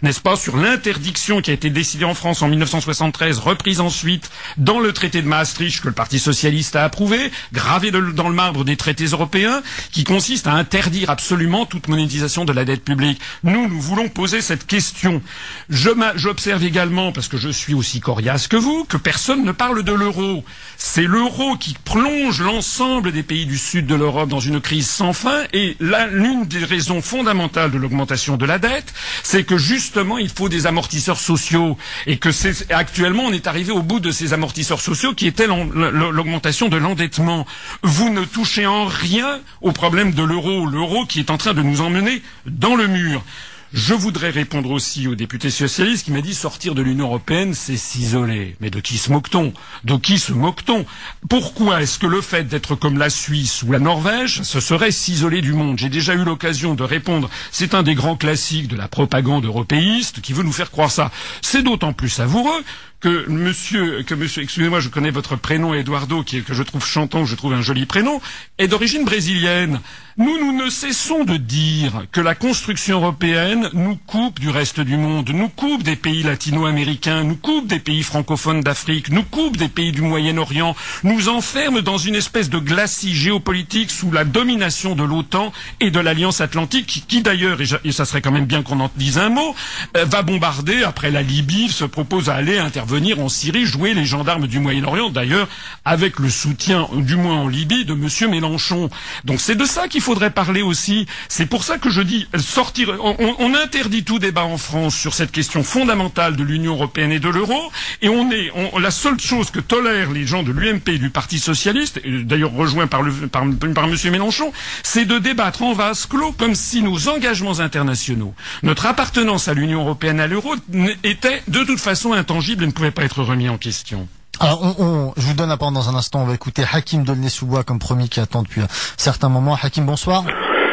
Speaker 3: n'est-ce pas, sur l'interdiction qui a été décidée en France en mille neuf cent soixante-treize, reprise ensuite dans le traité de Maastricht que le Parti socialiste a approuvé, gravé de, dans le marbre des traités européens, qui consiste à interdire absolument toute monétisation de la dette publique. Nous, nous voulons poser cette question. Je j'observe également, parce que je suis aussi coriace que vous, que personne ne parle de l'euro. C'est l'euro qui plonge l'ensemble des pays du sud de l'Europe dans une crise sans fin, et là, l'une des raisons fondamentales de l'augmentation de la dette, c'est que justement, il faut des amortisseurs sociaux, et que c'est, actuellement, on est arrivé au bout de ces amortisseurs sociaux qui étaient l'augmentation de l'endettement. Vous ne touchez en rien au problème de l'euro, l'euro qui est en train de nous emmener dans le mur. Je voudrais répondre aussi au député socialiste qui m'a dit sortir de l'Union européenne, c'est s'isoler. Mais de qui se moque-t-on? De qui se moque-t-on? Pourquoi est-ce que le fait d'être comme la Suisse ou la Norvège, ce serait s'isoler du monde? J'ai déjà eu l'occasion de répondre. C'est un des grands classiques de la propagande européiste qui veut nous faire croire ça. C'est d'autant plus savoureux que monsieur, que monsieur, excusez-moi, je connais votre prénom Eduardo, qui est, que je trouve chantant, que je trouve un joli prénom, est d'origine brésilienne. Nous, nous ne cessons de dire que la construction européenne nous coupe du reste du monde, nous coupe des pays latino-américains, nous coupe des pays francophones d'Afrique, nous coupe des pays du Moyen-Orient, nous enferme dans une espèce de glacis géopolitique sous la domination de l'OTAN et de l'Alliance Atlantique, qui, qui d'ailleurs, et, et ça serait quand même bien qu'on en dise un mot, euh, va bombarder, après la Libye, se propose à aller intervenir en Syrie, jouer les gendarmes du Moyen-Orient, d'ailleurs, avec le soutien, du moins en Libye, de monsieur Mélenchon. Donc c'est de ça qu'il faudrait parler aussi. C'est pour ça que je dis, sortir, on, on interdit tout débat en France sur cette question fondamentale de l'Union européenne et de l'euro, et on est, on, la seule chose que tolèrent les gens de l'U M P et du Parti socialiste, d'ailleurs rejoint par, le, par, par monsieur Mélenchon, c'est de débattre en vase clos comme si nos engagements internationaux, notre appartenance à l'Union européenne, à l'euro, étaient de toute façon intangibles et ne pouvaient pas être remis en question.
Speaker 2: Alors, on, on, je vous donne la parole dans un instant. On va écouter Hakim Dolné-sous-Bois, comme promis, qui attend depuis un certain moment. Hakim, bonsoir.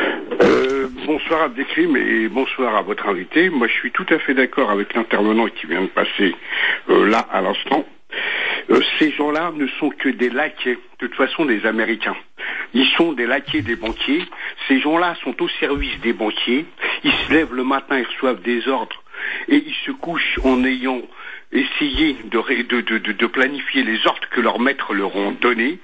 Speaker 8: Euh, bonsoir Abdelkrim et bonsoir à votre invité. Moi, je suis tout à fait d'accord avec l'intervenant qui vient de passer euh, là à l'instant. Euh, ces gens-là ne sont que des laquais, de toute façon, des Américains. Ils sont des laquais des banquiers. Ces gens-là sont au service des banquiers. Ils se lèvent le matin, ils reçoivent des ordres et ils se couchent en ayant essayé de, de, de, de, de planifier les ordres que leurs maîtres leur ont donnés.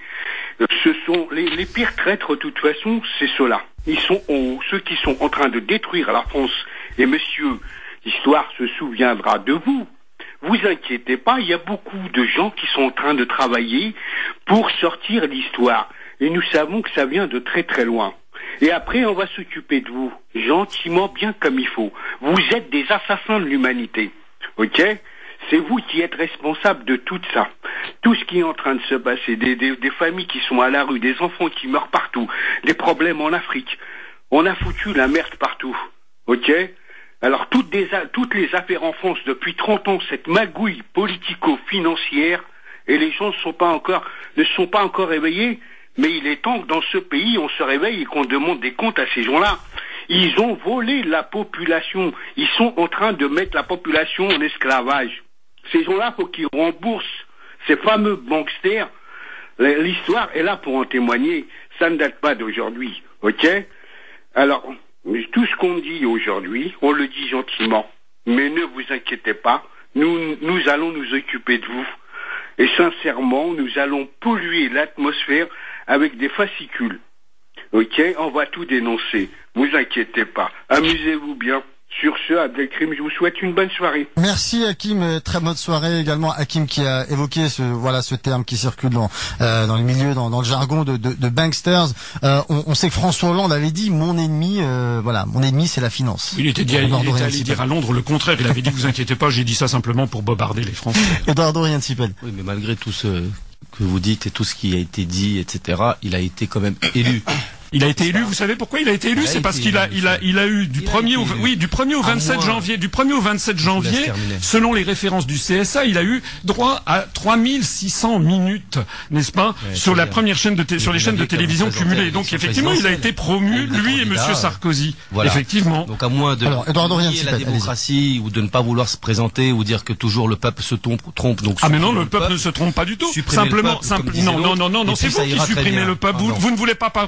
Speaker 8: Ce sont les, les pires traîtres, de toute façon, c'est ceux-là. Ils sont en, ceux qui sont en train de détruire la France. Et monsieur, l'histoire se souviendra de vous. Vous inquiétez pas, il y a beaucoup de gens qui sont en train de travailler pour sortir l'histoire. Et nous savons que ça vient de très très loin. Et après, on va s'occuper de vous, gentiment, bien comme il faut. Vous êtes des assassins de l'humanité, ok ? C'est vous qui êtes responsables de tout ça. Tout ce qui est en train de se passer, des, des, des familles qui sont à la rue, des enfants qui meurent partout, des problèmes en Afrique. On a foutu la merde partout, ok ? Alors, toutes, des, toutes les affaires en France depuis trente ans, cette magouille politico-financière, et les gens ne sont pas encore, ne sont pas encore réveillés. Mais il est temps que dans ce pays, on se réveille et qu'on demande des comptes à ces gens-là. Ils ont volé la population. Ils sont en train de mettre la population en esclavage. Ces gens-là, faut qu'ils remboursent ces fameux banksters. L'histoire est là pour en témoigner. Ça ne date pas d'aujourd'hui, ok ? Alors, tout ce qu'on dit aujourd'hui, on le dit gentiment. Mais ne vous inquiétez pas, nous, nous allons nous occuper de vous. Et sincèrement, nous allons polluer l'atmosphère avec des fascicules. Ok, on va tout dénoncer. Vous inquiétez pas. Amusez-vous bien. Sur ce, Abdelkrim, je vous souhaite une bonne soirée.
Speaker 2: Merci Hakim, très bonne soirée également. Hakim qui a évoqué ce voilà ce terme qui circule dans euh, dans le milieu, dans, dans le jargon de, de, de banksters. Euh, on, on sait que François Hollande avait dit mon ennemi, euh, voilà, mon ennemi c'est la finance.
Speaker 3: Il était, dit, il était allé dire à Londres le contraire. Il avait dit vous inquiétez pas, j'ai dit ça simplement pour bobarder les Français.
Speaker 2: Eduardo Riancipel.
Speaker 5: Oui, mais malgré tout ce que vous dites et tout ce qui a été dit, et cetera, il a été quand même élu.
Speaker 3: Il a été élu, vous savez pourquoi il a été élu? C'est parce qu'il a, il a, il a eu du premier au, oui, du premier au vingt-sept janvier, du premier au vingt-sept janvier, selon les références du C S A, il a eu droit à trois mille six cents minutes, n'est-ce pas, ouais, sur la première chaîne de, té- sur les chaînes de télévision cumulées. Donc effectivement, il a été promu, lui et Monsieur Sarkozy.
Speaker 5: Voilà.
Speaker 3: Effectivement.
Speaker 5: Donc à moins de nier la démocratie ou de ne pas vouloir se présenter ou dire que toujours le peuple se trompe, trompe donc.
Speaker 3: Ah mais non, le peuple ne se trompe pas du tout. Simplement, simplement, non, non, non, non, non, c'est vous qui supprimez le peuple. Vous ne voulez pas procéder au référendum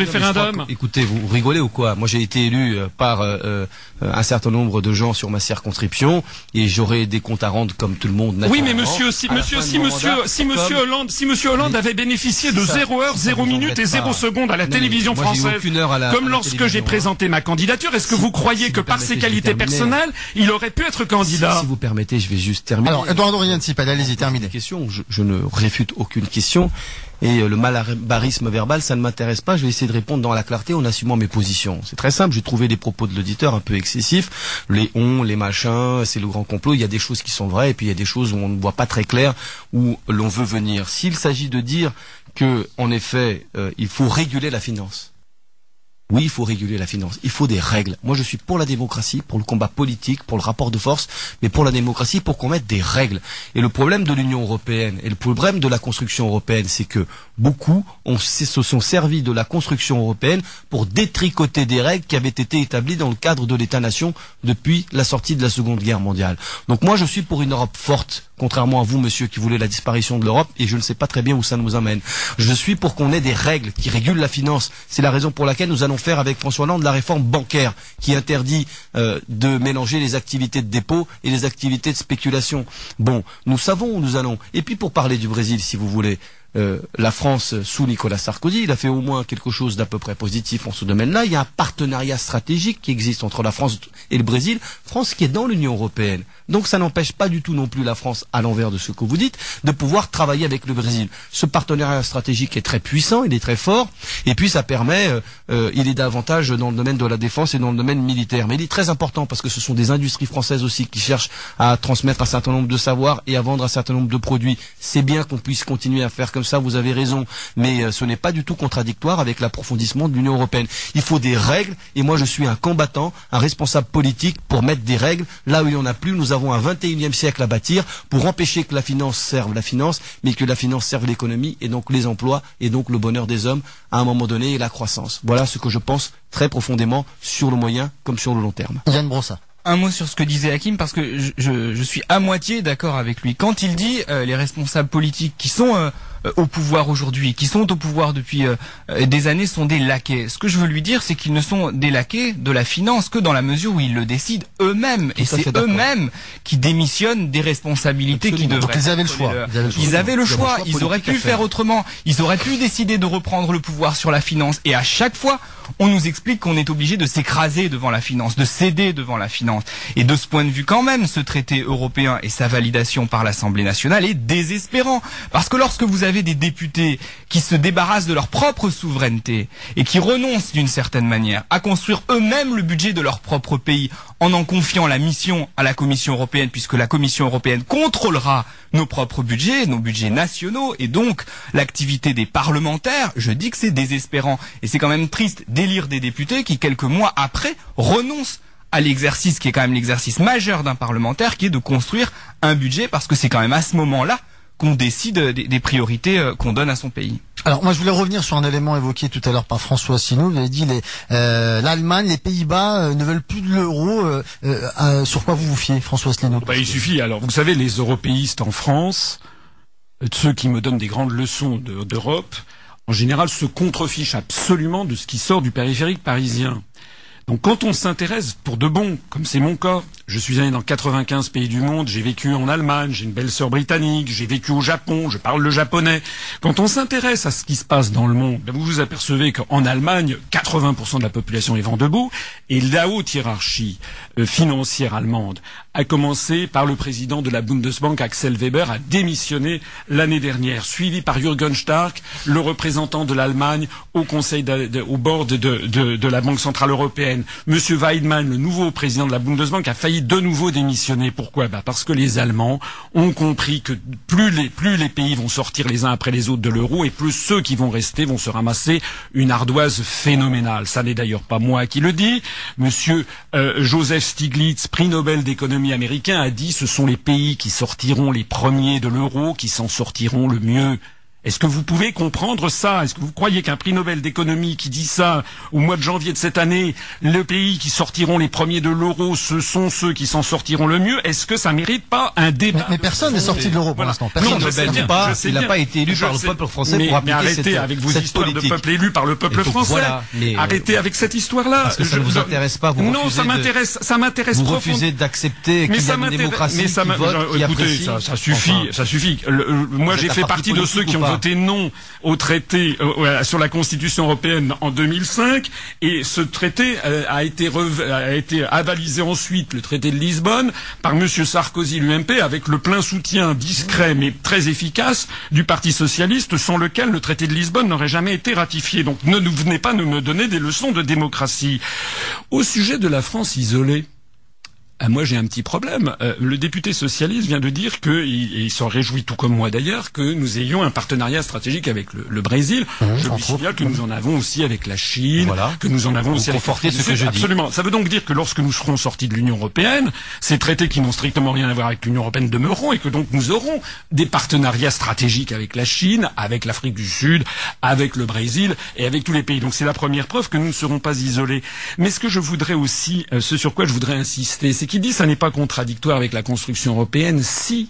Speaker 3: référendum.
Speaker 5: Crois, écoutez, vous rigolez ou quoi? Moi, j'ai été élu par euh, euh, un certain nombre de gens sur ma circonscription et j'aurai des comptes à rendre comme tout le monde.
Speaker 3: Oui, mais monsieur, si monsieur, si monsieur, mandat, si monsieur comme... Hollande, si monsieur Hollande avait bénéficié de zéro heure, zéro minute et zéro seconde à la non, télévision moi, française, à la, comme à lorsque j'ai présenté ma candidature, est-ce que si, vous croyez si que vous par ses qualités personnelles, il aurait pu être candidat?
Speaker 5: Si, si vous permettez, je vais juste terminer.
Speaker 2: Alors, Edouard Dorian-Tsipal, allez-y, terminez.
Speaker 5: Question, je, je ne réfute aucune question. Et le malabarisme verbal, ça ne m'intéresse pas. Je vais essayer de répondre dans la clarté en assumant mes positions. C'est très simple. J'ai trouvé des propos de l'auditeur un peu excessifs. Les on, les machins, c'est le grand complot. Il y a des choses qui sont vraies et puis il y a des choses où on ne voit pas très clair, où l'on veut venir. S'il s'agit de dire que, en effet, euh, il faut réguler la finance. Oui, il faut réguler la finance. Il faut des règles. Moi, je suis pour la démocratie, pour le combat politique, pour le rapport de force, mais pour la démocratie, pour qu'on mette des règles. Et le problème de l'Union européenne et le problème de la construction européenne, c'est que beaucoup ont, se sont servis de la construction européenne pour détricoter des règles qui avaient été établies dans le cadre de l'État-nation depuis la sortie de la Seconde Guerre mondiale. Donc moi, je suis pour une Europe forte, contrairement à vous, monsieur, qui voulez la disparition de l'Europe, et je ne sais pas très bien où ça nous amène. Je suis pour qu'on ait des règles qui régulent la finance. C'est la raison pour laquelle nous allons faire avec François Hollande la réforme bancaire qui interdit euh, de mélanger les activités de dépôt et les activités de spéculation. Bon, nous savons où nous allons. Et puis pour parler du Brésil, si vous voulez, euh, la France sous Nicolas Sarkozy, il a fait au moins quelque chose d'à peu près positif en ce domaine-là. Il y a un partenariat stratégique qui existe entre la France et le Brésil, France qui est dans l'Union européenne. Donc ça n'empêche pas du tout non plus la France, à l'envers de ce que vous dites, de pouvoir travailler avec le Brésil. Ce partenariat stratégique est très puissant, il est très fort, et puis ça permet, euh, euh, il est davantage dans le domaine de la défense et dans le domaine militaire. Mais il est très important parce que ce sont des industries françaises aussi qui cherchent à transmettre un certain nombre de savoirs et à vendre un certain nombre de produits. C'est bien qu'on puisse continuer à faire comme ça, vous avez raison, mais euh, ce n'est pas du tout contradictoire avec l'approfondissement de l'Union européenne. Il faut des règles, et moi je suis un combattant, un responsable politique pour mettre des règles là où il n'y en a plus. Nous avons un vingt et unième siècle à bâtir pour empêcher que la finance serve la finance, mais que la finance serve l'économie et donc les emplois et donc le bonheur des hommes à un moment donné et la croissance. Voilà ce que je pense très profondément sur le moyen comme sur le long terme.
Speaker 2: Yann Brossa.
Speaker 4: Un mot sur ce que disait Hakim, parce que je, je, je suis à moitié d'accord avec lui. Quand il dit euh, les responsables politiques qui sont euh, au pouvoir aujourd'hui, qui sont au pouvoir depuis euh, des années, sont des laquais. Ce que je veux lui dire, c'est qu'ils ne sont des laquais de la finance que dans la mesure où ils le décident eux-mêmes. Et c'est eux-mêmes qui démissionnent des responsabilités Absolument. qui devraient.
Speaker 2: Donc ils avaient le choix.
Speaker 4: Ils avaient le choix. Ils, avaient le choix. Ils, ils auraient pu faire autrement. Ils auraient pu décider de reprendre le pouvoir sur la finance. Et à chaque fois, on nous explique qu'on est obligé de s'écraser devant la finance, de céder devant la finance. Et de ce point de vue, quand même, ce traité européen et sa validation par l'Assemblée nationale est désespérant. Parce que lorsque vous avez des députés qui se débarrassent de leur propre souveraineté et qui renoncent d'une certaine manière à construire eux-mêmes le budget de leur propre pays en en confiant la mission à la Commission européenne, puisque la Commission européenne contrôlera nos propres budgets, nos budgets nationaux, et donc l'activité des parlementaires, je dis que c'est désespérant. Et c'est quand même triste d'élire des députés qui, quelques mois après, renoncent à l'exercice qui est quand même l'exercice majeur d'un parlementaire, qui est de construire un budget, parce que c'est quand même à ce moment-là qu'on décide des, des priorités euh, qu'on donne à son pays.
Speaker 2: Alors moi je voulais revenir sur un élément évoqué tout à l'heure par François Asselineau. Vous avez dit les euh, l'Allemagne, les Pays-Bas euh, ne veulent plus de l'euro. Euh, euh, sur quoi vous vous fiez, François Asselineau?
Speaker 3: Bah, il suffit. Alors vous savez, les européistes en France, ceux qui me donnent des grandes leçons de, d'Europe, en général se contrefichent absolument de ce qui sort du périphérique parisien. Donc quand on s'intéresse pour de bon, comme c'est mon cas, je suis allé dans quatre-vingt-quinze pays du monde, j'ai vécu en Allemagne, j'ai une belle sœur britannique, j'ai vécu au Japon, je parle le japonais. Quand on s'intéresse à ce qui se passe dans le monde, vous vous apercevez qu'en Allemagne, quatre-vingts pour cent de la population est vent debout, et la haute hiérarchie euh, financière allemande a commencé par le président de la Bundesbank, Axel Weber, a démissionné l'année dernière, suivi par Jürgen Stark, le représentant de l'Allemagne au conseil de, de, au board de, de, de la Banque centrale européenne. Monsieur Weidmann, le nouveau président de la Bundesbank, a failli de nouveau démissionner. Pourquoi? Bah parce que les Allemands ont compris que plus les, plus les pays vont sortir les uns après les autres de l'euro, et plus ceux qui vont rester vont se ramasser une ardoise phénoménale. Ça n'est d'ailleurs pas moi qui le dis. Monsieur euh, Joseph Stiglitz, prix Nobel d'économie américain, a dit ce sont les pays qui sortiront les premiers de l'euro qui s'en sortiront le mieux. Est-ce que vous pouvez comprendre ça? Est-ce que vous croyez qu'un prix Nobel d'économie qui dit ça au mois de janvier de cette année, les pays qui sortiront les premiers de l'euro, ce sont ceux qui s'en sortiront le mieux? Est-ce que ça mérite pas un débat?
Speaker 2: Mais, mais personne n'est sorti de l'euro pour
Speaker 3: voilà.
Speaker 2: l'instant. Personne.
Speaker 3: Non, je sais bien,
Speaker 5: pas,
Speaker 3: je sais
Speaker 5: il n'a
Speaker 3: bien.
Speaker 5: pas été élu
Speaker 3: Je
Speaker 5: par
Speaker 3: sais.
Speaker 5: le peuple français
Speaker 3: mais,
Speaker 5: pour appliquer
Speaker 3: mais arrêtez
Speaker 5: cette,
Speaker 3: avec vos
Speaker 5: cette
Speaker 3: histoires
Speaker 5: politique.
Speaker 3: de peuple élu par le peuple
Speaker 5: Et donc,
Speaker 3: français.
Speaker 5: voilà, mais, euh,
Speaker 3: arrêtez avec cette histoire-là.
Speaker 5: Parce que ça ne vous intéresse pas. Vous
Speaker 3: non,
Speaker 5: refusez
Speaker 3: ça
Speaker 5: de-
Speaker 3: m'intéresse. Ça m'intéresse
Speaker 5: Vous
Speaker 3: profondément.
Speaker 5: refusez d'accepter qu'il y
Speaker 3: ça
Speaker 5: a une
Speaker 3: m'intéresse-
Speaker 5: démocratie
Speaker 3: mais ça
Speaker 5: qui
Speaker 3: m'a-
Speaker 5: vote,
Speaker 3: genre,
Speaker 5: qui
Speaker 3: écoutez,
Speaker 5: apprécie.
Speaker 3: ça, ça suffit,
Speaker 5: Enfin,
Speaker 3: ça suffit. Le- le- moi,
Speaker 5: Vous
Speaker 3: j'ai
Speaker 5: êtes
Speaker 3: fait
Speaker 5: un parti
Speaker 3: partie de ceux
Speaker 5: politique
Speaker 3: qui
Speaker 5: ou
Speaker 3: ont
Speaker 5: pas
Speaker 3: voté non au traité euh, ouais, sur la Constitution européenne en deux mille cinq, et ce traité euh, a été rev- a été avalisé ensuite, le traité de Lisbonne, par Monsieur Sarkozy, l'U M P, avec le plein soutien discret mais très efficace du Parti socialiste, sans lequel le traité de Lisbonne n'aurait jamais été ratifié. Donc ne nous venez pas nous me donner des leçons de démocratie. Au sujet de la France isolée, ah, moi j'ai un petit problème. Euh, le député socialiste vient de dire que, il, et il s'en réjouit tout comme moi d'ailleurs, que nous ayons un partenariat stratégique avec le, le Brésil.
Speaker 2: Mmh,
Speaker 3: je lui
Speaker 2: entre
Speaker 3: signale que nous en avons aussi avec la Chine,
Speaker 5: Voilà.
Speaker 3: que nous en avons
Speaker 5: Vous
Speaker 3: aussi avec
Speaker 5: confortez
Speaker 3: l'Afrique
Speaker 5: ce
Speaker 3: du
Speaker 5: que
Speaker 3: Sud.
Speaker 5: je dis.
Speaker 3: Absolument. Ça veut donc dire que lorsque nous serons sortis de l'Union européenne, ces traités qui n'ont strictement rien à voir avec l'Union européenne demeureront, et que donc nous aurons des partenariats stratégiques avec la Chine, avec l'Afrique du Sud, avec le Brésil et avec tous les pays. Donc c'est la première preuve que nous ne serons pas isolés. Mais ce que je voudrais aussi, euh, ce sur quoi je voudrais insister, c'est qu'il dit ça n'est pas contradictoire avec la construction européenne. Si,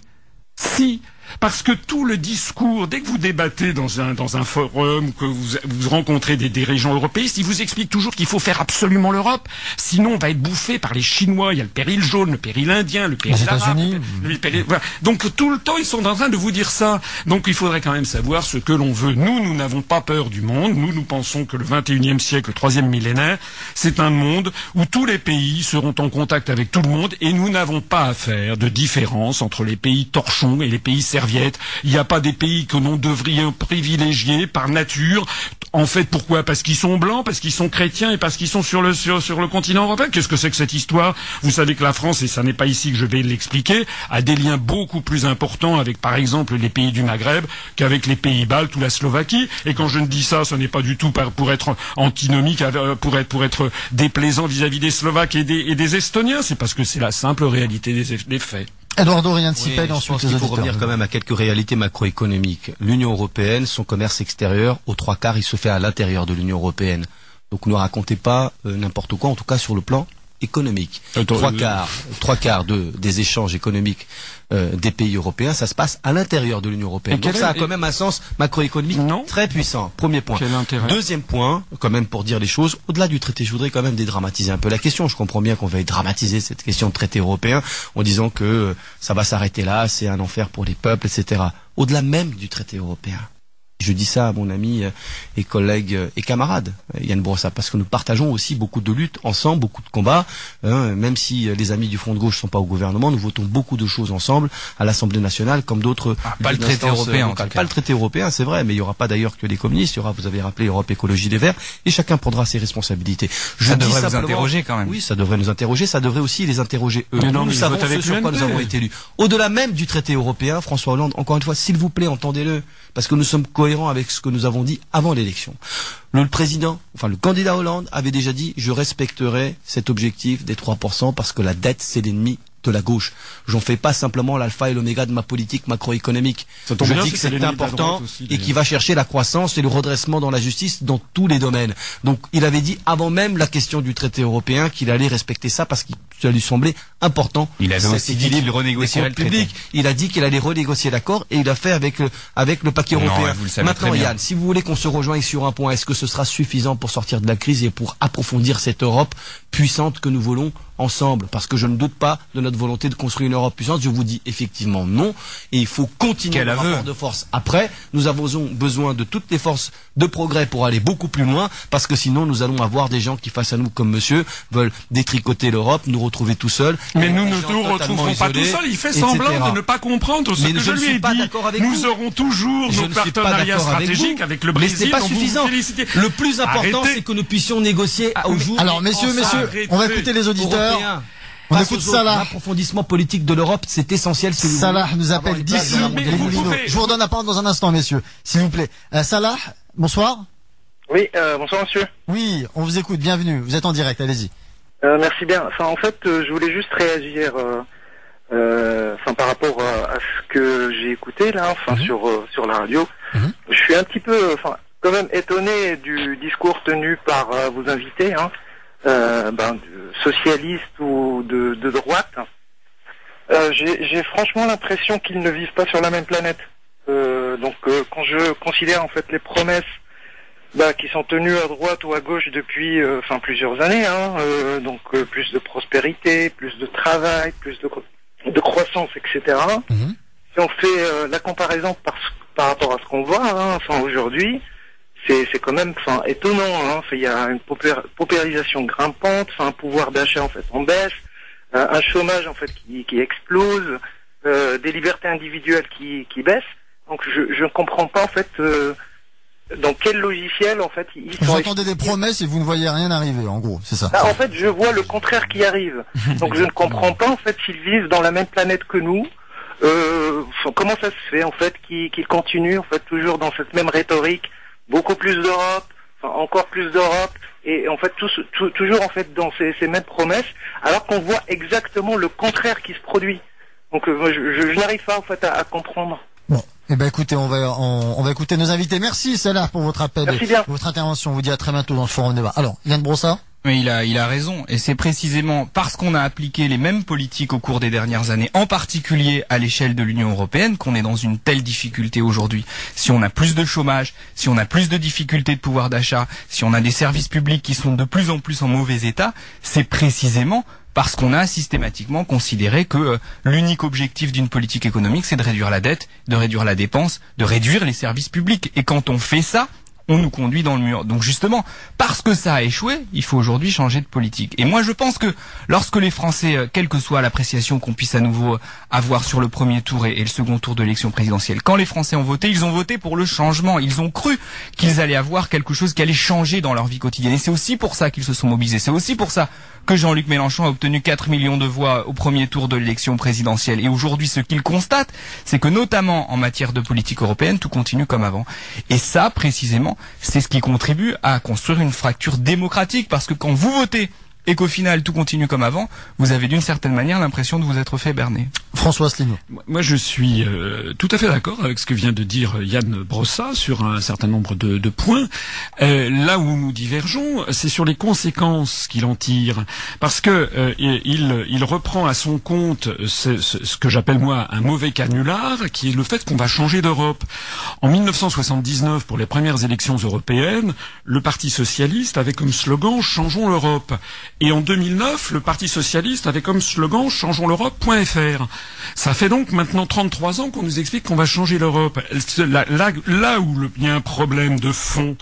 Speaker 3: si, parce que tout le discours, dès que vous débattez dans un dans un forum, que vous vous rencontrez des dirigeants européistes, ils vous expliquent toujours qu'il faut faire absolument l'Europe, sinon on va être bouffé par les Chinois. Il y a le péril jaune, le péril indien, le péril
Speaker 2: Les
Speaker 3: arabe,
Speaker 2: États-Unis.
Speaker 3: le péril- le péril- voilà. Donc tout le temps ils sont en train de vous dire ça. Donc il faudrait quand même savoir ce que l'on veut. Nous, nous n'avons pas peur du monde. Nous, nous pensons que le vingt et unième siècle, le troisième millénaire, c'est un monde où tous les pays seront en contact avec tout le monde, et nous n'avons pas à faire de différence entre les pays torchons et les pays serviettes. Il n'y a pas des pays que l'on devrait privilégier par nature. En fait, pourquoi? Parce qu'ils sont blancs, parce qu'ils sont chrétiens et parce qu'ils sont sur le sur, sur le continent européen. Qu'est-ce que c'est que cette histoire? Vous savez que la France, et ça n'est pas ici que je vais l'expliquer, a des liens beaucoup plus importants avec, par exemple, les pays du Maghreb qu'avec les pays baltes ou la Slovaquie. Et quand je ne dis ça, ce n'est pas du tout par- pour être antinomique, euh, pour être pour être déplaisant vis-à-vis des Slovaques et des, et des Estoniens. C'est parce que c'est la simple réalité des, des faits.
Speaker 2: Eduardo Rien de
Speaker 5: Oui,
Speaker 2: Sipel,
Speaker 5: je
Speaker 2: ensuite
Speaker 5: pense
Speaker 2: les
Speaker 5: qu'il faut
Speaker 2: auditeurs.
Speaker 5: revenir quand même à quelques réalités macroéconomiques. L'Union européenne, son commerce extérieur, aux trois quarts, il se fait à l'intérieur de l'Union européenne. Donc ne racontez pas euh, n'importe quoi, en tout cas sur le plan économique.
Speaker 3: Attends,
Speaker 5: trois
Speaker 3: euh,
Speaker 5: quarts, trois quarts de, des échanges économiques euh, des pays européens, ça se passe à l'intérieur de l'Union européenne.
Speaker 3: Et quel
Speaker 5: Donc ça a
Speaker 3: est-
Speaker 5: quand même un sens macroéconomique
Speaker 3: Non.
Speaker 5: très puissant. Premier point.
Speaker 3: Quel intérêt?
Speaker 5: Deuxième point, quand même pour dire les choses, au-delà du traité, je voudrais quand même dédramatiser un peu la question. Je comprends bien qu'on va dramatiser cette question de traité européen en disant que euh, ça va s'arrêter là, c'est un enfer pour les peuples, et cetera. Au-delà même du traité européen. Je dis ça à mon ami euh, et collègue euh, et camarade euh, Yann Brossa, parce que nous partageons aussi beaucoup de luttes ensemble, beaucoup de combats. Hein, même si euh, les amis du Front de gauche ne sont pas au gouvernement, nous votons beaucoup de choses ensemble à l'Assemblée nationale, comme d'autres.
Speaker 4: Ah, pas le traité
Speaker 5: instances,
Speaker 4: européen,
Speaker 5: euh,
Speaker 4: en
Speaker 5: locales.
Speaker 4: tout cas.
Speaker 5: Pas le traité européen, c'est vrai, mais il y aura pas d'ailleurs que les communistes. Il y aura, vous avez rappelé, Europe Écologie des Verts, et chacun prendra ses responsabilités. Je
Speaker 4: Ça
Speaker 5: dis
Speaker 4: devrait vous
Speaker 5: simplement-
Speaker 4: interroger quand même.
Speaker 5: Oui, ça devrait nous interroger. Ça devrait aussi les interroger eux.
Speaker 3: Mais non,
Speaker 5: nous,
Speaker 3: mais
Speaker 5: nous
Speaker 3: ils
Speaker 5: savons
Speaker 3: votent avec
Speaker 5: ce sur quoi
Speaker 3: l'U N P.
Speaker 5: nous avons été élus. Au-delà même du traité européen, François Hollande, encore une fois, s'il vous plaît, entendez-le, parce que nous sommes cohérents avec ce que nous avons dit avant l'élection. Le président, enfin le candidat Hollande avait déjà dit, je respecterai cet objectif des trois pour cent parce que la dette, c'est l'ennemi de la gauche. J'en fais pas simplement l'alpha et l'oméga de ma politique macroéconomique.
Speaker 3: Ça tombe
Speaker 5: Je
Speaker 3: bien,
Speaker 5: dis
Speaker 3: c'est
Speaker 5: que
Speaker 3: que
Speaker 5: c'est
Speaker 3: l'ennemi de la
Speaker 5: important
Speaker 3: droite aussi,
Speaker 5: et
Speaker 3: d'ailleurs.
Speaker 5: qui va chercher la croissance et le redressement dans la justice dans tous les domaines. Donc il avait dit avant même la question du traité européen qu'il allait respecter ça parce que ça lui semblait important.
Speaker 4: Il avait
Speaker 5: Cet
Speaker 4: aussi dit
Speaker 5: équilibre
Speaker 4: qu'il renégocierait
Speaker 5: des comptes
Speaker 4: le traité.
Speaker 5: publics. Il a dit qu'il allait renégocier l'accord et il a fait avec le, avec le paquet
Speaker 4: Non,
Speaker 5: européen.
Speaker 4: vous le savez
Speaker 5: Maintenant
Speaker 4: très bien.
Speaker 5: Yann, si vous voulez qu'on se rejoigne sur un point, est-ce que ce sera suffisant pour sortir de la crise et pour approfondir cette Europe puissante que nous voulons ensemble? Parce que je ne doute pas de notre volonté de construire une Europe puissante. Je vous dis effectivement non. Et il faut continuer
Speaker 4: Quel
Speaker 5: le
Speaker 4: aveu.
Speaker 5: rapport de force. Après, nous avons besoin de toutes les forces de progrès pour aller beaucoup plus loin, parce que sinon nous allons avoir des gens qui, face à nous, comme monsieur, veulent détricoter l'Europe, nous retrouver tout seuls.
Speaker 3: Mais
Speaker 5: Et
Speaker 3: nous
Speaker 5: des
Speaker 3: ne
Speaker 5: gens
Speaker 3: nous
Speaker 5: totalement
Speaker 3: retrouverons pas tout
Speaker 5: isolés,
Speaker 3: seuls. Il fait
Speaker 5: et cetera.
Speaker 3: semblant de ne pas comprendre ce
Speaker 5: Mais
Speaker 3: que
Speaker 5: je
Speaker 3: je
Speaker 5: ne
Speaker 3: lui
Speaker 5: suis
Speaker 3: ai
Speaker 5: pas
Speaker 3: dit.
Speaker 5: d'accord avec
Speaker 3: Nous
Speaker 5: vous.
Speaker 3: aurons toujours
Speaker 5: Je
Speaker 3: nos
Speaker 5: ne suis pas
Speaker 3: partenariats
Speaker 5: d'accord avec
Speaker 3: stratégiques
Speaker 5: vous,
Speaker 3: avec le
Speaker 5: mais
Speaker 3: Brésil.
Speaker 5: ce n'est pas
Speaker 3: dont vous vous
Speaker 5: suffisant.
Speaker 3: félicitez.
Speaker 5: Le plus important,
Speaker 3: Arrêtez.
Speaker 5: c'est que nous puissions négocier au jour.
Speaker 2: Alors messieurs,
Speaker 5: ensemble,
Speaker 2: messieurs, on va écouter les auditeurs.
Speaker 5: européens.
Speaker 2: On
Speaker 5: Face
Speaker 2: écoute
Speaker 5: aux
Speaker 2: Salah.
Speaker 5: autres, L'approfondissement politique de l'Europe, c'est essentiel. Si vous
Speaker 2: Salah
Speaker 5: voulez
Speaker 2: nous
Speaker 5: avoir
Speaker 2: appelle
Speaker 5: une place
Speaker 2: d'ici,
Speaker 5: dans la
Speaker 3: Mais
Speaker 2: les
Speaker 3: vous
Speaker 2: Moulineaux.
Speaker 3: pouvez-
Speaker 2: Je vous redonne la parole dans un instant, messieurs, s'il vous plaît. Euh, Salah, bonsoir.
Speaker 6: Oui, euh, bonsoir monsieur.
Speaker 2: Oui, on vous écoute, bienvenue. Vous êtes en direct, allez-y.
Speaker 6: Euh, merci bien. Enfin, en fait, euh, je voulais juste réagir, euh, euh, enfin, par rapport à, à ce que j'ai écouté là, enfin,
Speaker 2: Mhm.
Speaker 6: sur euh, sur la radio.
Speaker 9: Mmh. Je suis un petit peu, enfin, quand même étonné du discours tenu par euh, vos invités, hein, euh, ben, socialistes ou de, de droite. Euh, j'ai, j'ai franchement l'impression qu'ils ne vivent pas sur la même planète. Euh, donc, euh, quand je considère en fait les promesses bah, qui sont tenues à droite ou à gauche depuis, euh, enfin, plusieurs années, hein, euh, donc euh, plus de prospérité, plus de travail, plus de, de croissance, et cetera. Mmh. Si on fait euh, la comparaison par, par rapport à ce qu'on voit, hein, enfin, aujourd'hui, c'est, c'est quand même, enfin, étonnant. Hein, il y a une paupér- paupérisation grimpante, enfin, un pouvoir d'achat en fait en baisse, euh, un chômage en fait qui, qui explose, euh, des libertés individuelles qui, qui baissent. Donc, je, je ne comprends pas en fait. Euh, Dans quel logiciel, en fait, ils sont...
Speaker 2: Vous entendez des promesses et vous ne voyez rien arriver, en gros, c'est ça.
Speaker 9: Ah, en fait, je vois le contraire qui arrive. Donc, je ne comprends pas, en fait, s'ils vivent dans la même planète que nous. Euh, comment ça se fait, en fait, qu'ils, qu'ils continuent, en fait, toujours dans cette même rhétorique, beaucoup plus d'Europe, enfin, encore plus d'Europe, et en fait, tous, tout, toujours, en fait, dans ces, ces mêmes promesses, alors qu'on voit exactement le contraire qui se produit. Donc, euh, moi, je, je, je n'arrive pas, en fait, à, à comprendre.
Speaker 2: Bon. Eh ben écoutez, on va on, on va écouter nos invités. Merci Salah pour votre appel
Speaker 9: Merci
Speaker 2: et
Speaker 9: bien.
Speaker 2: votre intervention. On vous dit à très bientôt dans le forum débat. Alors, Yann Brossard.
Speaker 4: Mais il a, il a raison. Et c'est précisément parce qu'on a appliqué les mêmes politiques au cours des dernières années, en particulier à l'échelle de l'Union européenne, qu'on est dans une telle difficulté aujourd'hui. Si on a plus de chômage, si on a plus de difficultés de pouvoir d'achat, si on a des services publics qui sont de plus en plus en mauvais état, c'est précisément parce qu'on a systématiquement considéré que euh, l'unique objectif d'une politique économique, c'est de réduire la dette, de réduire la dépense, de réduire les services publics. Et quand on fait ça, on nous conduit dans le mur. Donc justement, parce que ça a échoué, il faut aujourd'hui changer de politique. Et moi je pense que lorsque les Français, euh, quelle que soit l'appréciation qu'on puisse à nouveau avoir sur le premier tour et, et le second tour de l'élection présidentielle, quand les Français ont voté, ils ont voté pour le changement. Ils ont cru qu'ils allaient avoir quelque chose qui allait changer dans leur vie quotidienne. Et c'est aussi pour ça qu'ils se sont mobilisés. C'est aussi pour ça que Jean-Luc Mélenchon a obtenu quatre millions de voix au premier tour de l'élection présidentielle. Et aujourd'hui, ce qu'il constate, c'est que notamment en matière de politique européenne, tout continue comme avant. Et ça, précisément, c'est ce qui contribue à construire une fracture démocratique. Parce que quand vous votez et qu'au final tout continue comme avant, vous avez d'une certaine manière l'impression de vous être fait berner.
Speaker 2: François Asselineau.
Speaker 3: Moi je suis euh, tout à fait d'accord avec ce que vient de dire Yann Brossat sur un certain nombre de, de points. Euh, là où nous divergeons, c'est sur les conséquences qu'il en tire. Parce que euh, il, il reprend à son compte ce, ce, ce que j'appelle moi un mauvais canular, qui est le fait qu'on va changer d'Europe. En mille neuf cent soixante-dix-neuf, pour les premières élections européennes, le Parti socialiste avait comme slogan « Changeons l'Europe ». Et en deux mille neuf, le Parti socialiste avait comme slogan « Changeons l'Europe point F R ». Ça fait donc maintenant trente-trois ans qu'on nous explique qu'on va changer l'Europe. Là, là, là où le, il y a un problème de fond,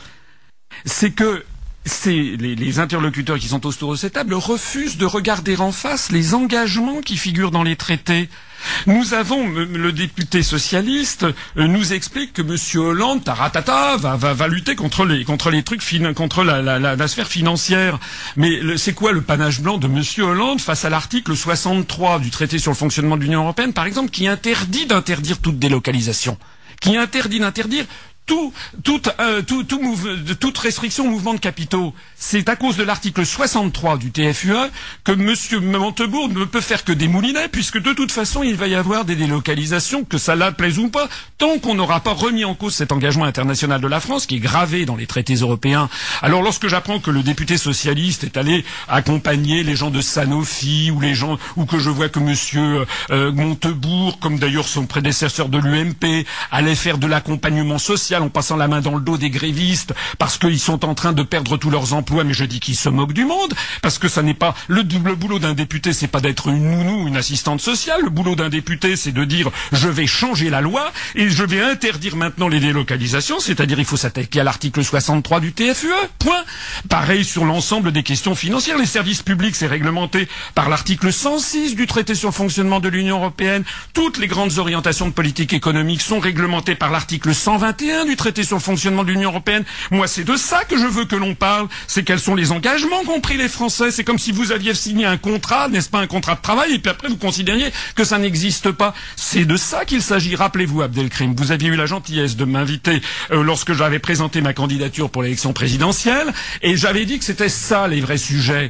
Speaker 3: c'est que c'est les, les interlocuteurs qui sont autour de cette table refusent de regarder en face les engagements qui figurent dans les traités. Nous avons, le député socialiste nous explique que Monsieur Hollande, taratata, va, va, va lutter contre les, contre les trucs, fin, contre la, la, la, la sphère financière. Mais le, c'est quoi le panache blanc de Monsieur Hollande face à l'article soixante-trois du traité sur le fonctionnement de l'Union européenne, par exemple, qui interdit d'interdire toute délocalisation, qui interdit d'interdire Tout, tout, euh, tout, tout mouve, toute restriction au mouvement de capitaux. C'est à cause de l'article soixante-trois du T F U E que Monsieur Montebourg ne peut faire que des moulinets, puisque de toute façon, il va y avoir des délocalisations, que ça la plaise ou pas, tant qu'on n'aura pas remis en cause cet engagement international de la France, qui est gravé dans les traités européens. Alors, lorsque j'apprends que le député socialiste est allé accompagner les gens de Sanofi, ou les gens, ou que je vois que Monsieur euh, Montebourg, comme d'ailleurs son prédécesseur de l'U M P, allait faire de l'accompagnement social en passant la main dans le dos des grévistes parce qu'ils sont en train de perdre tous leurs emplois, mais je dis qu'ils se moquent du monde, parce que ça n'est pas le, le boulot d'un député, c'est pas d'être une nounou, une assistante sociale. Le boulot d'un député, c'est de dire je vais changer la loi et je vais interdire maintenant les délocalisations, c'est-à-dire il faut s'attaquer à l'article soixante-trois du T F U E. Point. Pareil sur l'ensemble des questions financières. Les services publics, c'est réglementé par l'article cent six du traité sur le fonctionnement de l'Union européenne. Toutes les grandes orientations de politique économique sont réglementées par l'article cent vingt et un du traité sur le fonctionnement de l'Union européenne. Moi, c'est de ça que je veux que l'on parle. C'est quels sont les engagements qu'ont pris les Français. C'est comme si vous aviez signé un contrat, n'est-ce pas, un contrat de travail, et puis après vous considériez que ça n'existe pas. C'est de ça qu'il s'agit. Rappelez-vous, Abdelkrim, vous aviez eu la gentillesse de m'inviter euh, lorsque j'avais présenté ma candidature pour l'élection présidentielle, et j'avais dit que c'était ça les vrais sujets.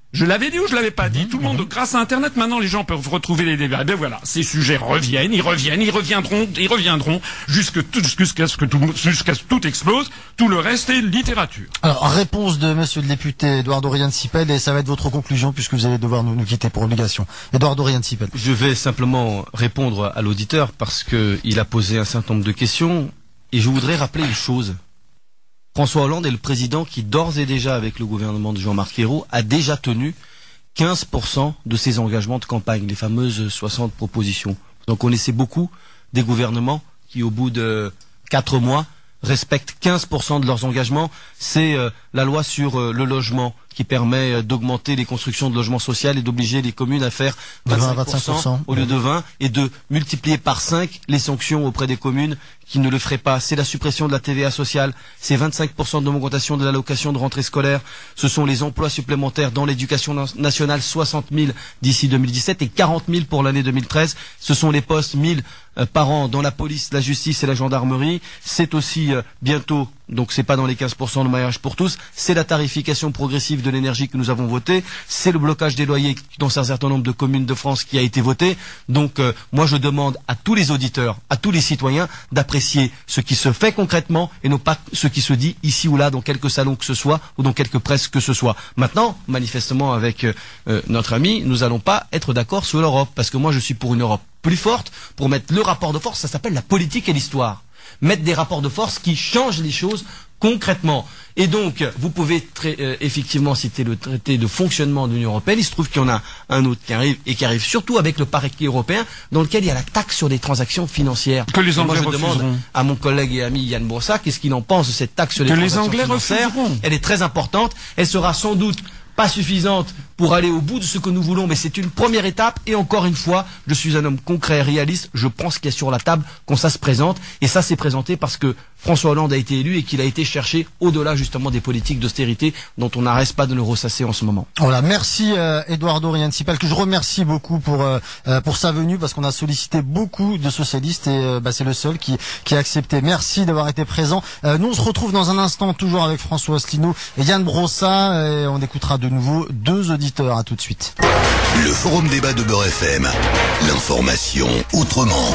Speaker 3: Je l'avais dit ou je l'avais pas dit? Tout le monde, grâce à Internet, maintenant les gens peuvent retrouver les débats. Eh bien voilà, ces sujets reviennent, ils reviennent, ils reviendront, ils reviendront jusque tout, jusqu'à ce que tout, jusqu'à ce que tout explose. Tout le reste est littérature.
Speaker 2: Alors, réponse de Monsieur le député Eduardo Riansipel, et ça va être votre conclusion puisque vous allez devoir nous, nous quitter pour obligation. Eduardo Riansipel.
Speaker 5: Je vais simplement répondre à l'auditeur parce que il a posé un certain nombre de questions et je voudrais rappeler une chose. François Hollande est le président qui, d'ores et déjà, avec le gouvernement de Jean-Marc Ayrault, a déjà tenu quinze pour cent de ses engagements de campagne, les fameuses soixante propositions. Donc on essaie beaucoup des gouvernements qui, au bout de quatre mois, respectent quinze pour cent de leurs engagements. C'est euh, la loi sur euh, le logement qui permet euh, d'augmenter les constructions de logements sociaux et d'obliger les communes à faire vingt-cinq pour cent,
Speaker 2: vingt-cinq pour cent au
Speaker 5: lieu de vingt et de multiplier par cinq les sanctions auprès des communes qui ne le feraient pas. C'est la suppression de la T V A sociale, c'est vingt-cinq pour cent de l'augmentation de l'allocation de rentrée scolaire, ce sont les emplois supplémentaires dans l'éducation nationale, soixante mille d'ici deux mille dix-sept et quarante mille pour l'année deux mille treize, ce sont les postes mille euh, par an dans la police, la justice et la gendarmerie, c'est aussi euh, bientôt, donc c'est pas dans les quinze pour cent de mariage pour tous, c'est la tarification progressive de l'énergie que nous avons votée, c'est le blocage des loyers dans un certain nombre de communes de France qui a été voté. Donc euh, moi je demande à tous les auditeurs, à tous les citoyens d'apprécier ce qui se fait concrètement et non pas ce qui se dit ici ou là dans quelques salons que ce soit ou dans quelques presses que ce soit. Maintenant, manifestement avec euh, notre ami, nous allons pas être d'accord sur l'Europe parce que moi je suis pour une Europe plus forte, pour mettre le rapport de force, ça s'appelle la politique et l'histoire. Mettre des rapports de force qui changent les choses concrètement. Et donc, vous pouvez très, euh, effectivement citer le traité de fonctionnement de l'Union européenne. Il se trouve qu'il y en a un autre qui arrive, et qui arrive surtout avec le parquet européen, dans lequel il y a la taxe sur des transactions financières.
Speaker 3: Que les Anglais
Speaker 5: moi, je
Speaker 3: refuseront.
Speaker 5: demande à mon collègue et ami Yann Brossa, qu'est-ce qu'il en pense de cette taxe sur les
Speaker 3: Que
Speaker 5: transactions
Speaker 3: les Anglais
Speaker 5: financières.
Speaker 3: refuseront.
Speaker 5: Elle est très importante. Elle sera sans doute pas suffisante pour aller au bout de ce que nous voulons, mais c'est une première étape. Et encore une fois, je suis un homme concret et réaliste. Je pense qu'il y a sur la table quand ça se présente. Et ça s'est présenté parce que François Hollande a été élu et qu'il a été cherché au-delà justement des politiques d'austérité dont on n'arrête pas de nous ressasser en ce moment.
Speaker 2: Voilà, merci euh, Eduardo Riansipel, que je remercie beaucoup pour euh, pour sa venue parce qu'on a sollicité beaucoup de socialistes et euh, bah, c'est le seul qui qui a accepté. Merci d'avoir été présent. Euh, nous on se retrouve dans un instant toujours avec François Asselineau et Yann Brossa et on écoutera de nouveau deux auditeurs. À tout de suite.
Speaker 1: Le forum débat de Beurre F M, l'information autrement.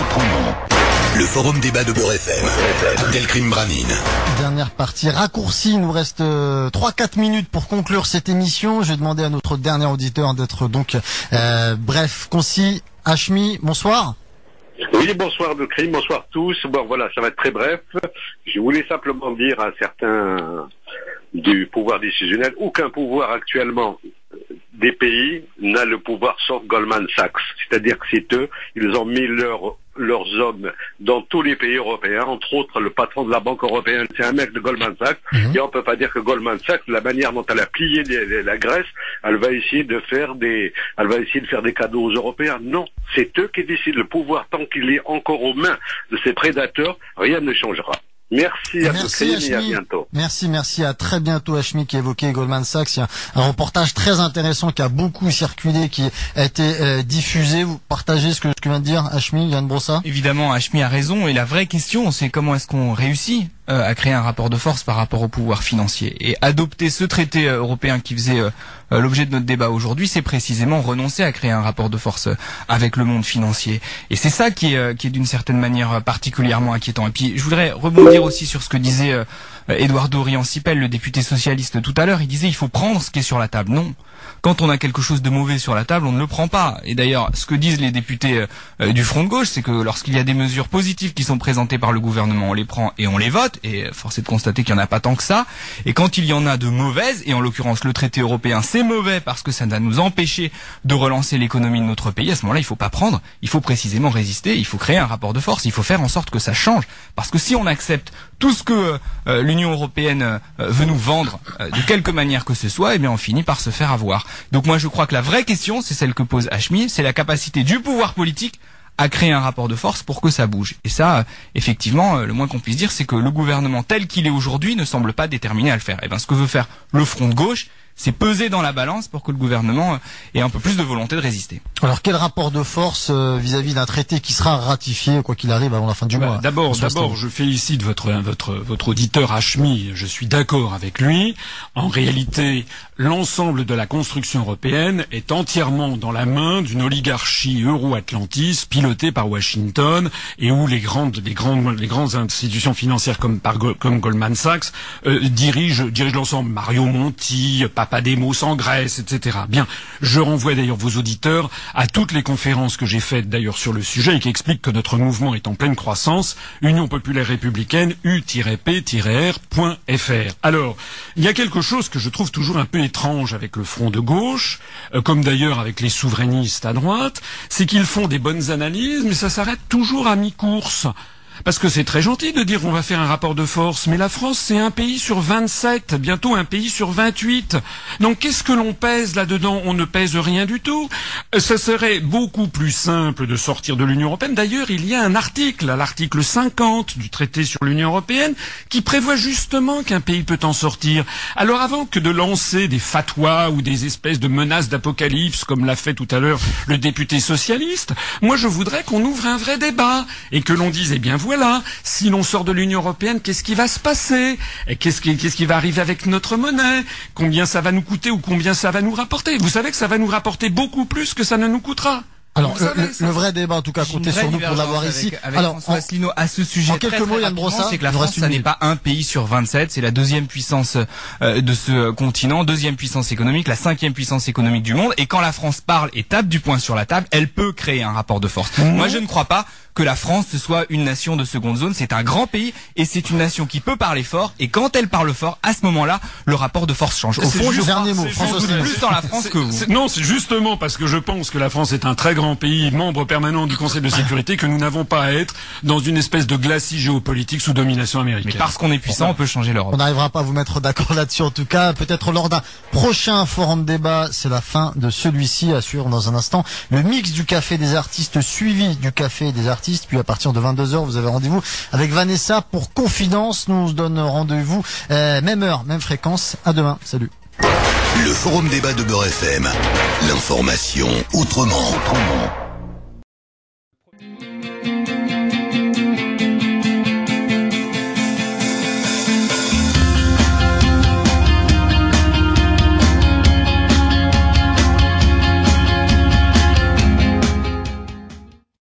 Speaker 1: Le forum débat de Beurre F M, Abdelkrim Branine.
Speaker 2: Dernière partie raccourcie, il nous reste euh, trois quatre minutes pour conclure cette émission. Je vais demander à notre dernier auditeur d'être donc euh, bref, concis. Hachmi, bonsoir.
Speaker 10: Oui, bonsoir Abdelkrim, bonsoir tous. Bon voilà, ça va être très bref. Je voulais simplement dire à certains du pouvoir décisionnel, aucun pouvoir actuellement des pays n'a le pouvoir sauf Goldman Sachs. C'est-à-dire que c'est eux, ils ont mis leur, leurs hommes dans tous les pays européens, entre autres le patron de la Banque européenne, c'est un mec de Goldman Sachs, mmh. Et on peut pas dire que Goldman Sachs, la manière dont elle a plié les, les, la Grèce, elle va essayer de faire des, elle va essayer de faire des cadeaux aux Européens. Non, c'est eux qui décident. Le pouvoir, tant qu'il est encore aux mains de ces prédateurs, rien ne changera. Merci à
Speaker 2: merci,
Speaker 10: tous et à bientôt.
Speaker 2: Merci, merci, à très bientôt Hachmi qui évoquait Goldman Sachs. Il y a un reportage très intéressant qui a beaucoup circulé, qui a été euh, diffusé. Vous partagez ce que je viens de dire, Hachmi, Yann Brossa?
Speaker 4: Évidemment, Hachmi a raison et la vraie question c'est comment est-ce qu'on réussit euh, à créer un rapport de force par rapport au pouvoir financier. Et adopter ce traité euh, européen qui faisait euh, l'objet de notre débat aujourd'hui, c'est précisément renoncer à créer un rapport de force euh, avec le monde financier. Et c'est ça qui est, euh, qui est d'une certaine manière particulièrement inquiétant. Et puis je voudrais rebondir aussi sur ce que disait euh, Eduardo Riansipel, le député socialiste tout à l'heure. Il disait il faut prendre ce qui est sur la table. Non. Quand on a quelque chose de mauvais sur la table, on ne le prend pas. Et d'ailleurs, ce que disent les députés euh, du Front de gauche, c'est que lorsqu'il y a des mesures positives qui sont présentées par le gouvernement, on les prend et on les vote. Et force est de constater qu'il n'y en a pas tant que ça. Et quand il y en a de mauvaises, et en l'occurrence le traité européen, c'est mauvais parce que ça va nous empêcher de relancer l'économie de notre pays, à ce moment-là, il ne faut pas prendre. Il faut précisément résister. Il faut créer un rapport de force. Il faut faire en sorte que ça change. Parce que si on accepte tout ce que euh, l'Union européenne euh, veut nous vendre euh, de quelque manière que ce soit, eh bien on finit par se faire avoir. Donc moi je crois que la vraie question, c'est celle que pose Hachmi, c'est la capacité du pouvoir politique à créer un rapport de force pour que ça bouge. Et ça, euh, effectivement, euh, le moins qu'on puisse dire, c'est que le gouvernement tel qu'il est aujourd'hui ne semble pas déterminé à le faire. Et bien ce que veut faire le Front de gauche, c'est peser dans la balance pour que le gouvernement ait un peu plus de volonté de résister.
Speaker 2: Alors quel rapport de force euh, vis-à-vis d'un traité qui sera ratifié quoi qu'il arrive avant la fin du
Speaker 3: bah,
Speaker 2: mois?
Speaker 3: D'abord, d'abord, je félicite votre votre votre auditeur Hachmi. Je suis d'accord avec lui. En réalité, l'ensemble de la construction européenne est entièrement dans la main d'une oligarchie euro-atlantiste pilotée par Washington et où les grandes les grandes les grandes institutions financières comme par comme Goldman Sachs euh, dirigent dirigent l'ensemble. Mario Monti, Papademos en Grèce, et cetera. Bien, je renvoie d'ailleurs vos auditeurs à toutes les conférences que j'ai faites d'ailleurs sur le sujet et qui expliquent que notre mouvement est en pleine croissance. Union populaire républicaine U P R point F R. Alors, il y a quelque chose que je trouve toujours un peu étrange avec le front de gauche, euh, comme d'ailleurs avec les souverainistes à droite, c'est qu'ils font des bonnes analyses, mais ça s'arrête toujours à mi-course. Parce que c'est très gentil de dire on va faire un rapport de force, mais la France c'est un pays sur vingt-sept, bientôt un pays sur vingt-huit. Donc qu'est-ce que l'on pèse là-dedans? On ne pèse rien du tout. Ça serait beaucoup plus simple de sortir de l'Union européenne. D'ailleurs, il y a un article, l'article cinquante du traité sur l'Union européenne, qui prévoit justement qu'un pays peut en sortir. Alors avant que de lancer des fatwas ou des espèces de menaces d'apocalypse, comme l'a fait tout à l'heure le député socialiste, moi je voudrais qu'on ouvre un vrai débat et que l'on dise, eh bien voilà, si l'on sort de l'Union européenne, qu'est-ce qui va se passer? Et qu'est-ce qui, qu'est-ce qui va arriver avec notre monnaie? Combien ça va nous coûter ou combien ça va nous rapporter? Vous savez que ça va nous rapporter beaucoup plus que ça ne nous coûtera.
Speaker 2: Alors, le, savez, le, le vrai débat, en tout cas, comptez sur nous pour l'avoir ici.
Speaker 4: Avec
Speaker 2: Alors,
Speaker 4: François Asselineau, à ce sujet,
Speaker 2: en quelques
Speaker 4: très,
Speaker 2: mots,
Speaker 4: très
Speaker 2: Yann Brossard,
Speaker 4: c'est que la France, ça n'est pas un pays sur vingt-sept, c'est la deuxième puissance euh, de ce continent, deuxième puissance économique, la cinquième puissance économique du monde. Et quand la France parle et tape du poing sur la table, elle peut créer un rapport de force. Mmh. Moi, je ne crois pas que la France ce soit une nation de seconde zone. C'est un grand pays et c'est une nation qui peut parler fort. Et quand elle parle fort, à ce moment-là, le rapport de force change. Au fond, je
Speaker 2: dernier mot,
Speaker 4: François plus dans la France que vous.
Speaker 3: Non, c'est justement parce que je pense que la France est un très grand pays, membre permanent du Conseil de sécurité, que nous n'avons pas à être dans une espèce de glacis géopolitique sous domination américaine.
Speaker 4: Mais parce qu'on est puissant, on peut changer l'Europe.
Speaker 2: On n'arrivera pas à vous mettre d'accord là-dessus en tout cas. Peut-être lors d'un prochain forum débat, c'est la fin de celui-ci, à suivre dans un instant. Le mix du café des artistes suivi du café des artistes. Puis à partir de vingt-deux heures, vous avez rendez-vous avec Vanessa pour Confidence. Nous on se donne rendez-vous, euh, même heure, même fréquence. À demain. Salut.
Speaker 1: Le forum débat de Beurre F M. L'information autrement. autrement.